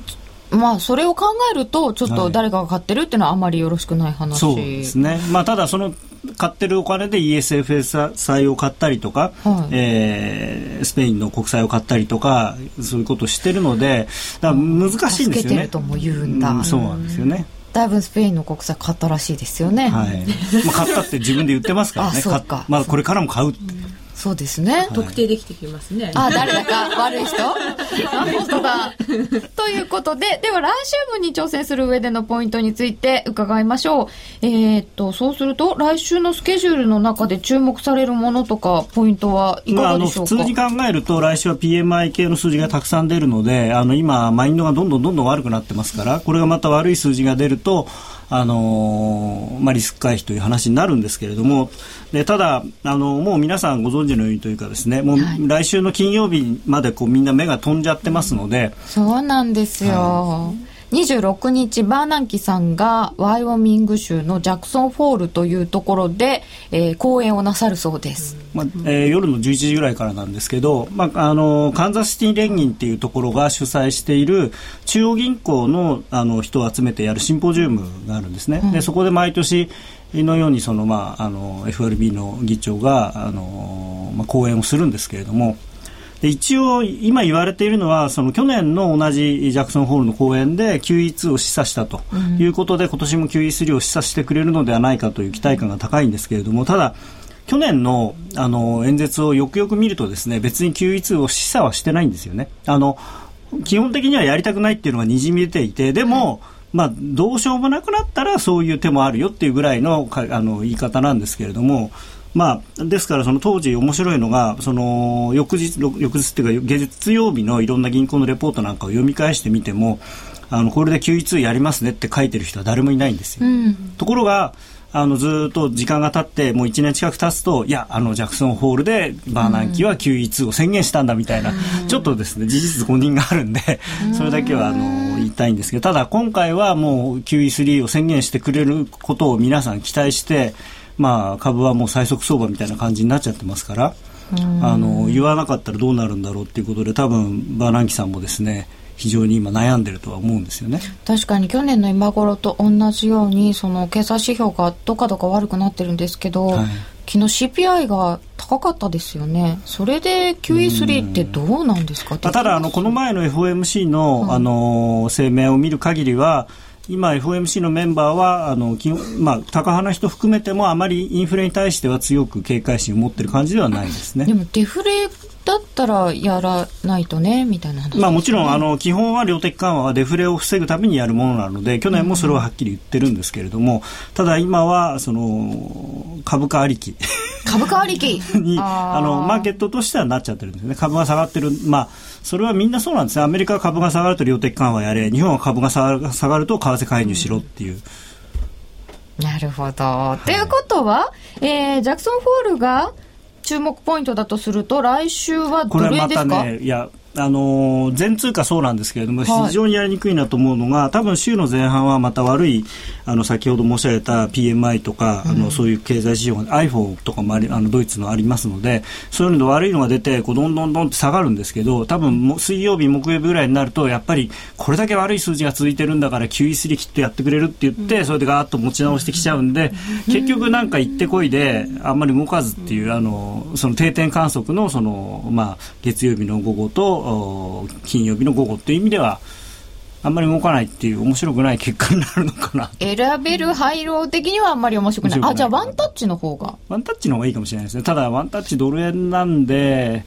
まあそれを考えるとちょっと誰かが買ってるっていうのはあんまりよろしくない話、
そうですね、まあ、ただその買ってるお金で イーエスエフエス 債を買ったりとか、はい、えー、スペインの国債を買ったりとかそういうことをしてるのでだから難しいんですよね。
助けてるとも言うんだ、
うん、そうなんですよね。
だいぶスペインの国債買ったらしいですよね、
はい、まあ、買ったって自分で言ってますからね
あ、そうか、
まあ、これからも買うって、うん、
そうですね、
特定できてきますね。
あ、誰だか悪い人本当だということで、では来週分に挑戦する上でのポイントについて伺いましょう。えー、っとそうすると来週のスケジュールの中で注目されるものとかポイントはいかがでしょうか。
まあ、あの普通に考えると来週は ピーエムアイ 系の数字がたくさん出るので、あの今マインドがどんどんどんどん悪くなってますから、これがまた悪い数字が出るとあのーまあ、リスク回避という話になるんですけれども、でただあのもう皆さんご存知のようにというかですね、もう来週の金曜日までこうみんな目が飛んじゃってますので、
そうなんですよ、はい、にじゅうろくにちバーナンキさんがワイオミング州のジャクソンフォールというところで、えー、講演をなさるそうです、
まあえー、夜のじゅういちじぐらいからなんですけど、まあ、あのカンザスシティ連銀っていうところが主催している中央銀行 の, あの人を集めてやるシンポジウムがあるんですね、うん、でそこで毎年のようにその、まあ、あの エフアールビー の議長があの、まあ、講演をするんですけれども、で一応今言われているのはその去年の同じジャクソンホールの講演で キューイーツー を示唆したということで、うん、今年も キューイースリー を示唆してくれるのではないかという期待感が高いんですけれども、ただ去年 の, あの演説をよくよく見るとですね、別に キューイーツー を示唆はしてないんですよね。あの基本的にはやりたくないっていうのがにじみ出ていて、でも、まあ、どうしようもなくなったらそういう手もあるよっていうぐらい の, あの言い方なんですけれども、まあ、ですからその当時面白いのがその翌日翌日っていうか月曜日のいろんな銀行のレポートなんかを読み返してみても、あのこれで キューイーツー やりますねって書いてる人は誰もいないんですよ、うん、ところがあのずっと時間が経ってもういちねん近く経つと、いやあのジャクソンホールでバーナンキは キューイーツー を宣言したんだみたいな、うん、ちょっとですね事実誤認があるんで、それだけはあの言いたいんですけど、ただ今回はもう キューイースリー を宣言してくれることを皆さん期待して、まあ、株はもう最速相場みたいな感じになっちゃってますから、あの言わなかったらどうなるんだろうっていうことで、多分バーナンキさんもですね非常に今悩んでるとは思うんですよね。
確かに去年の今頃と同じようにその経済指標がどかどか悪くなってるんですけど、はい、昨日 シーピーアイ が高かったですよね。それで キューイースリー ってどうなんですか。
ただあのこの前の エフオーエムシー の、うん、あの声明を見る限りは、今 エフオーエムシー のメンバーはあの、まあ、高派な人含めてもあまりインフレに対しては強く警戒心を持っている感じではないですね。
でもデフレだったらやらないとねみたいな話ですね。
まあ、もちろんあの基本は量的緩和はデフレを防ぐためにやるものなので、去年もそれははっきり言ってるんですけれども、うん、ただ今はその株価ありき
株価ありき
にああのマーケットとしてはなっちゃってるんですね。株が下がってる、まあ、それはみんなそうなんですね。アメリカは株が下がると量的緩和やれ、日本は株が下がる、下がると為替介入しろっていう、
うん、なるほど、はい、ということは、えー、ジャクソンホールが注目ポイントだとすると来週はどれですか。これはまたね、
いやあの全通貨そうなんですけれども、非常にやりにくいなと思うのが、多分週の前半はまた悪い、あの先ほど申し上げた ピーエムアイ とか、うん、あのそういう経済指標が アイフォー とかもあり、あのドイツのありますので、そういうので悪いのが出てこうどんどんどんって下がるんですけど、多分も水曜日木曜日ぐらいになるとやっぱりこれだけ悪い数字が続いてるんだから キューイースリー きっとやってくれるって言って、うん、それでガーッと持ち直してきちゃうんで、うん、結局なんか行ってこいであんまり動かずっていう、あのその定点観測の、その、まあ、月曜日の午後と金曜日の午後っていう意味ではあんまり動かないっていう面白くない結果になるのかな。
選べる配慮的にはあんまり面白くない。あ、じゃあワンタッチの方が
ワンタッチの方がいいかもしれないですね。ただワンタッチドル円なんで、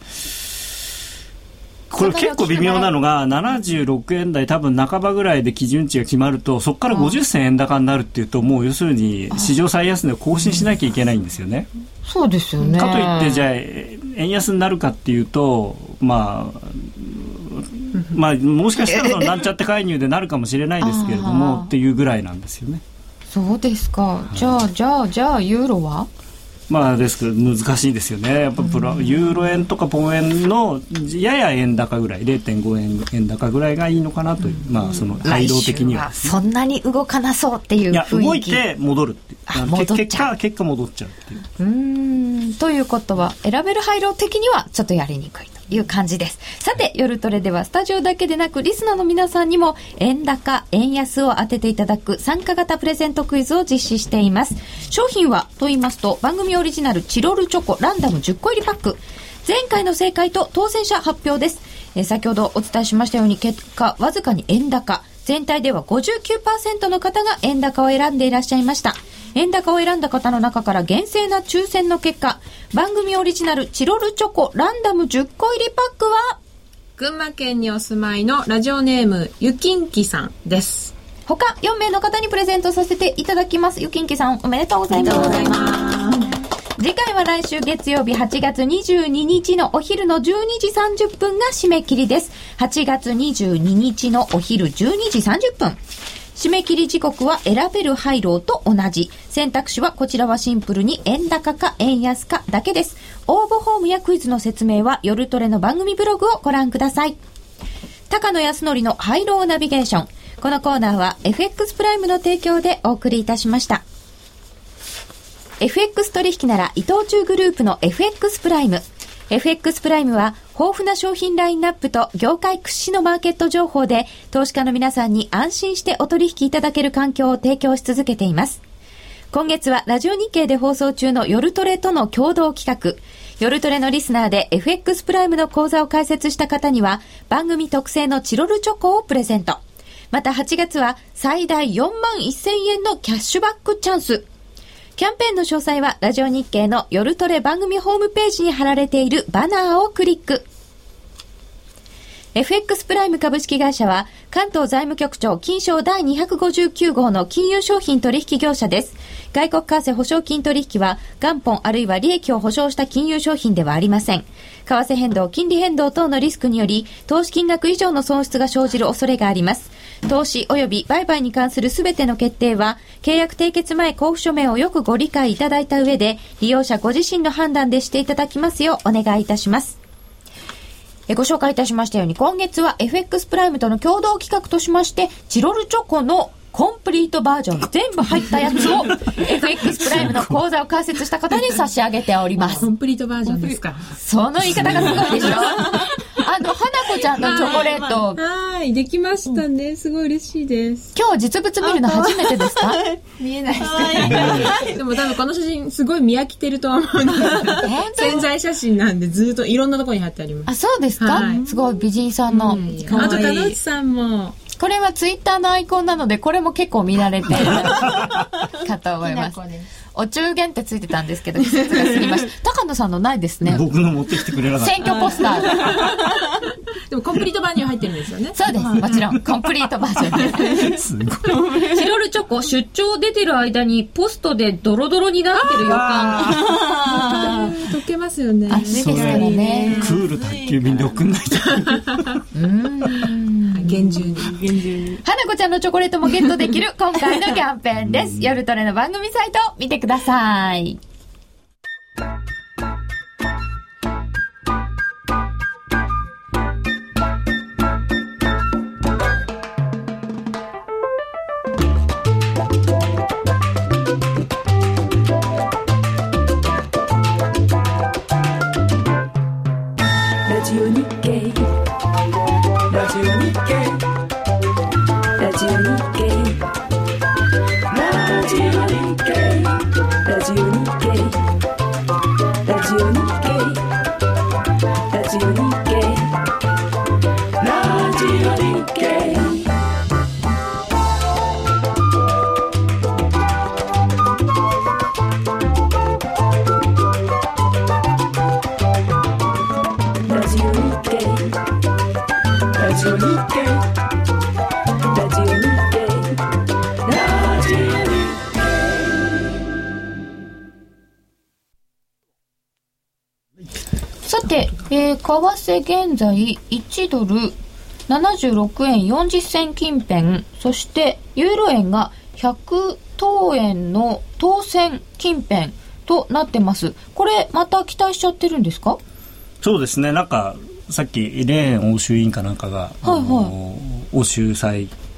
これ結構微妙なのがななじゅうろくえん台多分半ばぐらいで基準値が決まると、そこからごじゅっせん円高になるっていうと、もう要するに史上最安値を更新しなきゃいけないんですよね。
そうですよね。
かといってじゃあ円安になるかっていうと、まあまあ、もしかしたらそのなんちゃって介入でなるかもしれないですけれどもっていうぐらいなんですよね。
そうですか。じゃあじゃあじゃあユーロは
まあですけど難しいですよね。やっぱプラユーロ円とかポン円のやや円高ぐらい れいてんご 円円高ぐらいがいいのかなという、まあその配動的には、ね、
そんなに動かなそうっていう雰囲気。いや動
いて戻るっていう、戻っちゃう、結果結果戻っちゃうっていう。
うーんということは選べる配慮的にはちょっとやりにくいという感じです。さて、夜トレではスタジオだけでなくリスナーの皆さんにも円高円安を当てていただく参加型プレゼントクイズを実施しています。商品はと言いますと、番組オリジナルチロルチョコランダムじゅっこ入りパック、前回の正解と当選者発表です。えー、先ほどお伝えしましたように結果わずかに円高、全体では ごじゅうきゅうパーセント の方が円高を選んでいらっしゃいました。円高を選んだ方の中から厳正な抽選の結果、番組オリジナルチロルチョコランダムじゅっこ入りパックは
群馬県にお住まいのラジオネームゆきんきさんです。
他よんめいの方にプレゼントさせていただきます。ゆきんきさんおめでとうございます。
おめでとうございます。
次回は来週月曜日はちがつにじゅうににちのお昼のじゅうにじさんじゅっぷんが締め切りです。はちがつにじゅうににちのお昼じゅうにじさんじゅっぷん。締め切り時刻は選べる配慮と同じ。選択肢はこちらはシンプルに円高か円安かだけです。応募フォームやクイズの説明は夜トレの番組ブログをご覧ください。高野康則のハイローナビゲーション。このコーナーは エフエックス プライムの提供でお送りいたしました。エフエックス 取引なら伊藤忠グループの エフエックス プライム。エフエックス プライムは豊富な商品ラインナップと業界屈指のマーケット情報で投資家の皆さんに安心してお取引いただける環境を提供し続けています。今月はラジオ日経で放送中の夜トレとの共同企画、夜トレのリスナーで エフエックス プライムの講座を開設した方には番組特製のチロルチョコをプレゼント。またはちがつは最大よんまんせんえんのキャッシュバックチャンス。キャンペーンの詳細はラジオ日経の夜トレ番組ホームページに貼られているバナーをクリック。エフエックス プライム株式会社は関東財務局長金賞だいにひゃくごじゅうきゅうごうの金融商品取引業者です。外国為替保証金取引は元本あるいは利益を保証した金融商品ではありません。為替変動、金利変動等のリスクにより投資金額以上の損失が生じる恐れがあります。投資及び売買に関するすべての決定は契約締結前交付書面をよくご理解いただいた上で利用者ご自身の判断でしていただきますようお願いいたします。えご紹介いたしましたように今月は エフエックス プライムとの共同企画としましてチロルチョコのコンプリートバージョン全部入ったやつを エフエックス プライムの講座を開設した方に差し上げております。
コンプリートバージョンですか。
その言い方がすごいでしょ。あの花子ちゃんのチョコレート、
はいできましたね、うん、すごい嬉しいです。
今日実物見るの初めてですか？
見えないですね。
でも多分この写真すごい見飽きてると思うんで潜在写真なんでずっといろんなところに貼ってあります。
あ、そうですか、はい、すごい美人さんの、うん、
あと田内さんも
これはツイッターのアイコンなのでこれも結構見られてるかと思います。お中元ってついてたんですけど季節が過ぎました高野さんのないですね。
僕の持ってきてくれなかった。
選挙ポスター
でもコンプリート版には入ってるんですよね。
そうです、もちろんコンプリートバージョンです。すごい。チロルチョコ出張出てる間にポストでドロドロになってる予感。
溶けますよね。
暑いですからね。
クール宅急便で送んないと。
うーん。
厳重に
厳重に。
花子ちゃんのチョコレートもゲットできる今回のキャンペーンです。夜トレの番組サイト見てください。
ラジオ日経ラジオ日経ラジオ日経ラジオ日経ラジオ日経ラジオ日経ラジオ日経ラジオ日経
さて、えー、為替現在いちドルななじゅうろくえんよんじゅっせん近辺、そしてユーロ円がひゃくとうえんの当選近辺となってます。これまた期待しちゃってるんですか？
そうですね、なんかさっきレーン欧州委員かなんかが、はいはい、欧州債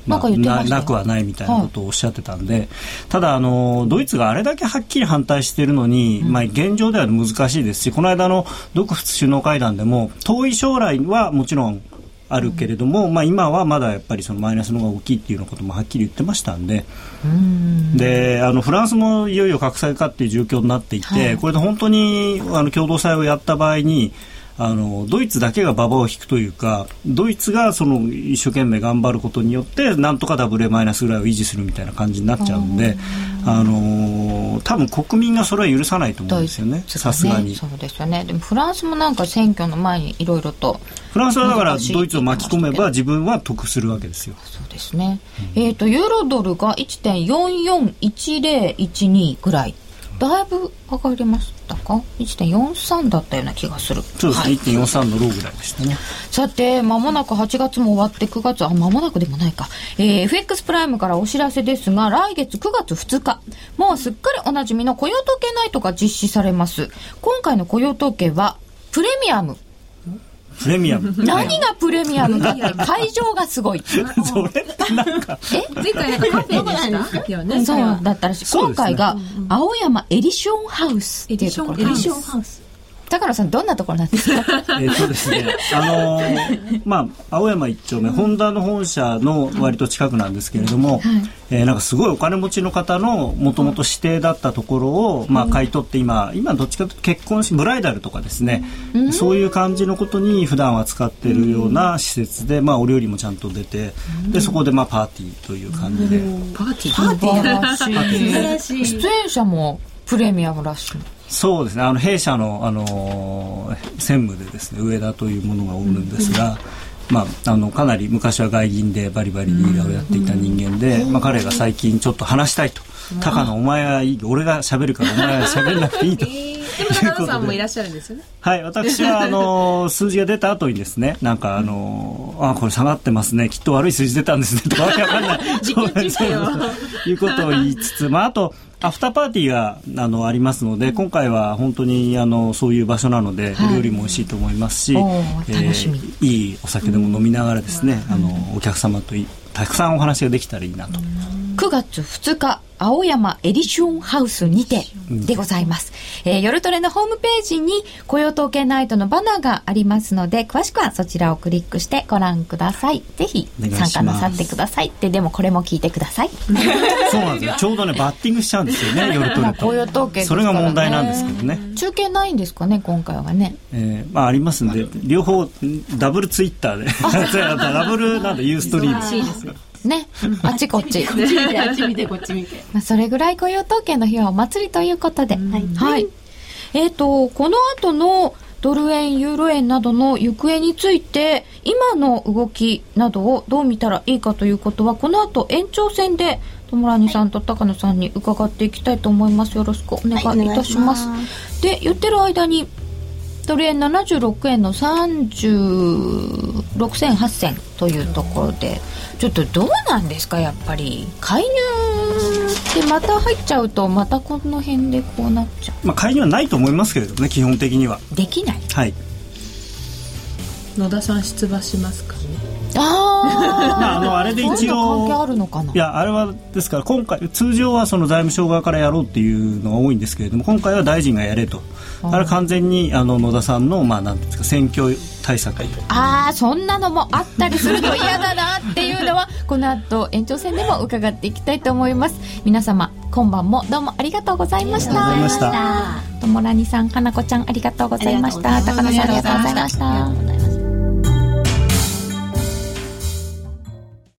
まあ、な, なくはないみたいなことをおっしゃってたんで、はい、ただあのドイツがあれだけはっきり反対しているのに、うんまあ、現状では難しいですし、この間の独仏首脳会談でも遠い将来はもちろんあるけれども、うんまあ、今はまだやっぱりそのマイナスの方が大きいっていうようなこともはっきり言ってましたんで、うんであのフランスもいよいよ核災化っていう状況になっていて、はい、これで本当にあの共同祭をやった場合にあのドイツだけが馬場を引くというか、ドイツがその一生懸命頑張ることによってなんとかダブル A マイナスぐらいを維持するみたいな感じになっちゃうんで、あの多分国民がそれは許さないと思うんですよね、さすがに。
そうですよね。でもフランスもなんか選挙の前にいろいろと、
フランスはだからドイツを巻き込めば自分は得するわけですよ。
そうですね、うん、えーとユーロドルが いちてんよんよんいちゼロいちに ぐらい、だいぶ上がりましたか。 いちてんよんさん だったような気がする。
そうですね、はい、いってんよんさん のローぐらいでしたね。
さて間もなくはちがつも終わってくがつ、あ間もなくでもないか、えー、エフエックス プライムからお知らせですが、来月くがつふつか、もうすっかりおなじみの雇用統計ナイトが実施されます。今回の雇用統計はプレミアム。
プレミアム
何がプレミアムかって会場がすごい
それってなんか
え前回なんかカフェでしたよね。
そうだったらしい。今回が青山エディションハウスっていうところ。
エディションハウス、
高野さんどんなところなんですか。
えっとですね、あのー、まあ青山一丁目、ホンダの本社の割と近くなんですけれども、はいえー、なんかすごいお金持ちの方のもともと指定だったところを、まあ、買い取って今今どっちかというと結婚式ブライダルとかですね、うん、そういう感じのことに普段は使っているような施設で、まあ、お料理もちゃんと出て、でそこでまあパーティーという感じで、
パーティーパーティーらしい。
出演者もプレミアムらしい。
そうですね、あの弊社の、あのー、専務でですね、上田というものがおるんですが、まあ、あのかなり昔は外銀でバリバリリーダーをやっていた人間で、まあ、彼が最近ちょっと話したいと、高野お前はいい、俺が喋るからお前は喋んなくていいと、え
ー、でも高野さんもいらっしゃるんですよね。
はい、私はあの数字が出た後にですね、なんかあのあこれ下がってますね、きっと悪い数字出たんですねとかわけわかんない
そう
いうことを言いつつ、まあ、あとアフターパーティーが あのありますので、今回は本当にあのそういう場所なので、はい、お料理も美味しいと思いますし、
えー、
いいお酒でも飲みながらですね、あのお客様とたくさんお話ができたらいいなと。
くがつふつか青山エディションハウスにてでございます、うんえー、夜トレのホームページに雇用統計ナイトのバナーがありますので、詳しくはそちらをクリックしてご覧ください。ぜひ参加なさってくださいって。でもこれも聞いてください
そうなんですよ、ちょうどねバッティングしちゃうんですよね、夜トレと。
雇用統計ですからね、
それが問題なんですけどね。
中継ないんですかね今回はね、
えーまあ、ありますんで、両方ダブルツイッターでダブルなんだユーストリーム
ね、あっちこっち
こっち見てあっち見てこっち見て、
まあ、それぐらい雇用統計の日はお祭りということで、はいはい、えーとこの後のドル円ユーロ円などの行方について、今の動きなどをどう見たらいいかということは、この後延長戦で友ラニさんと高野さんに伺っていきたいと思います。よろしくお願いいたします、はい、で言ってる間にドル円ななじゅうろくえんのさんじゅうろくせんはっせんというところで、ちょっとどうなんですか、やっぱり介入でまた入っちゃうとまたこの辺でこうなっちゃう、
まあ、介入はないと思いますけれどね、基本的には
できない。
はい、
野田さん出馬しますかね。
あ
あのあれで一応
関係あるのかな。
いやあれはですから、今回通常はその財務省側からやろうっていうのが多いんですけれども、今回は大臣がやれと、あれは完全にあの野田さんの、まあ、なんていうんですか、選挙対策。
ああそんなのもあったりすると嫌だなっていうのはこの後延長戦でも伺っていきたいと思います。皆様今晩もどうもありがとうございました。
ありがとうございました。
ともらにさん、かなこちゃんありがとうございました。高野さんありがとうございました。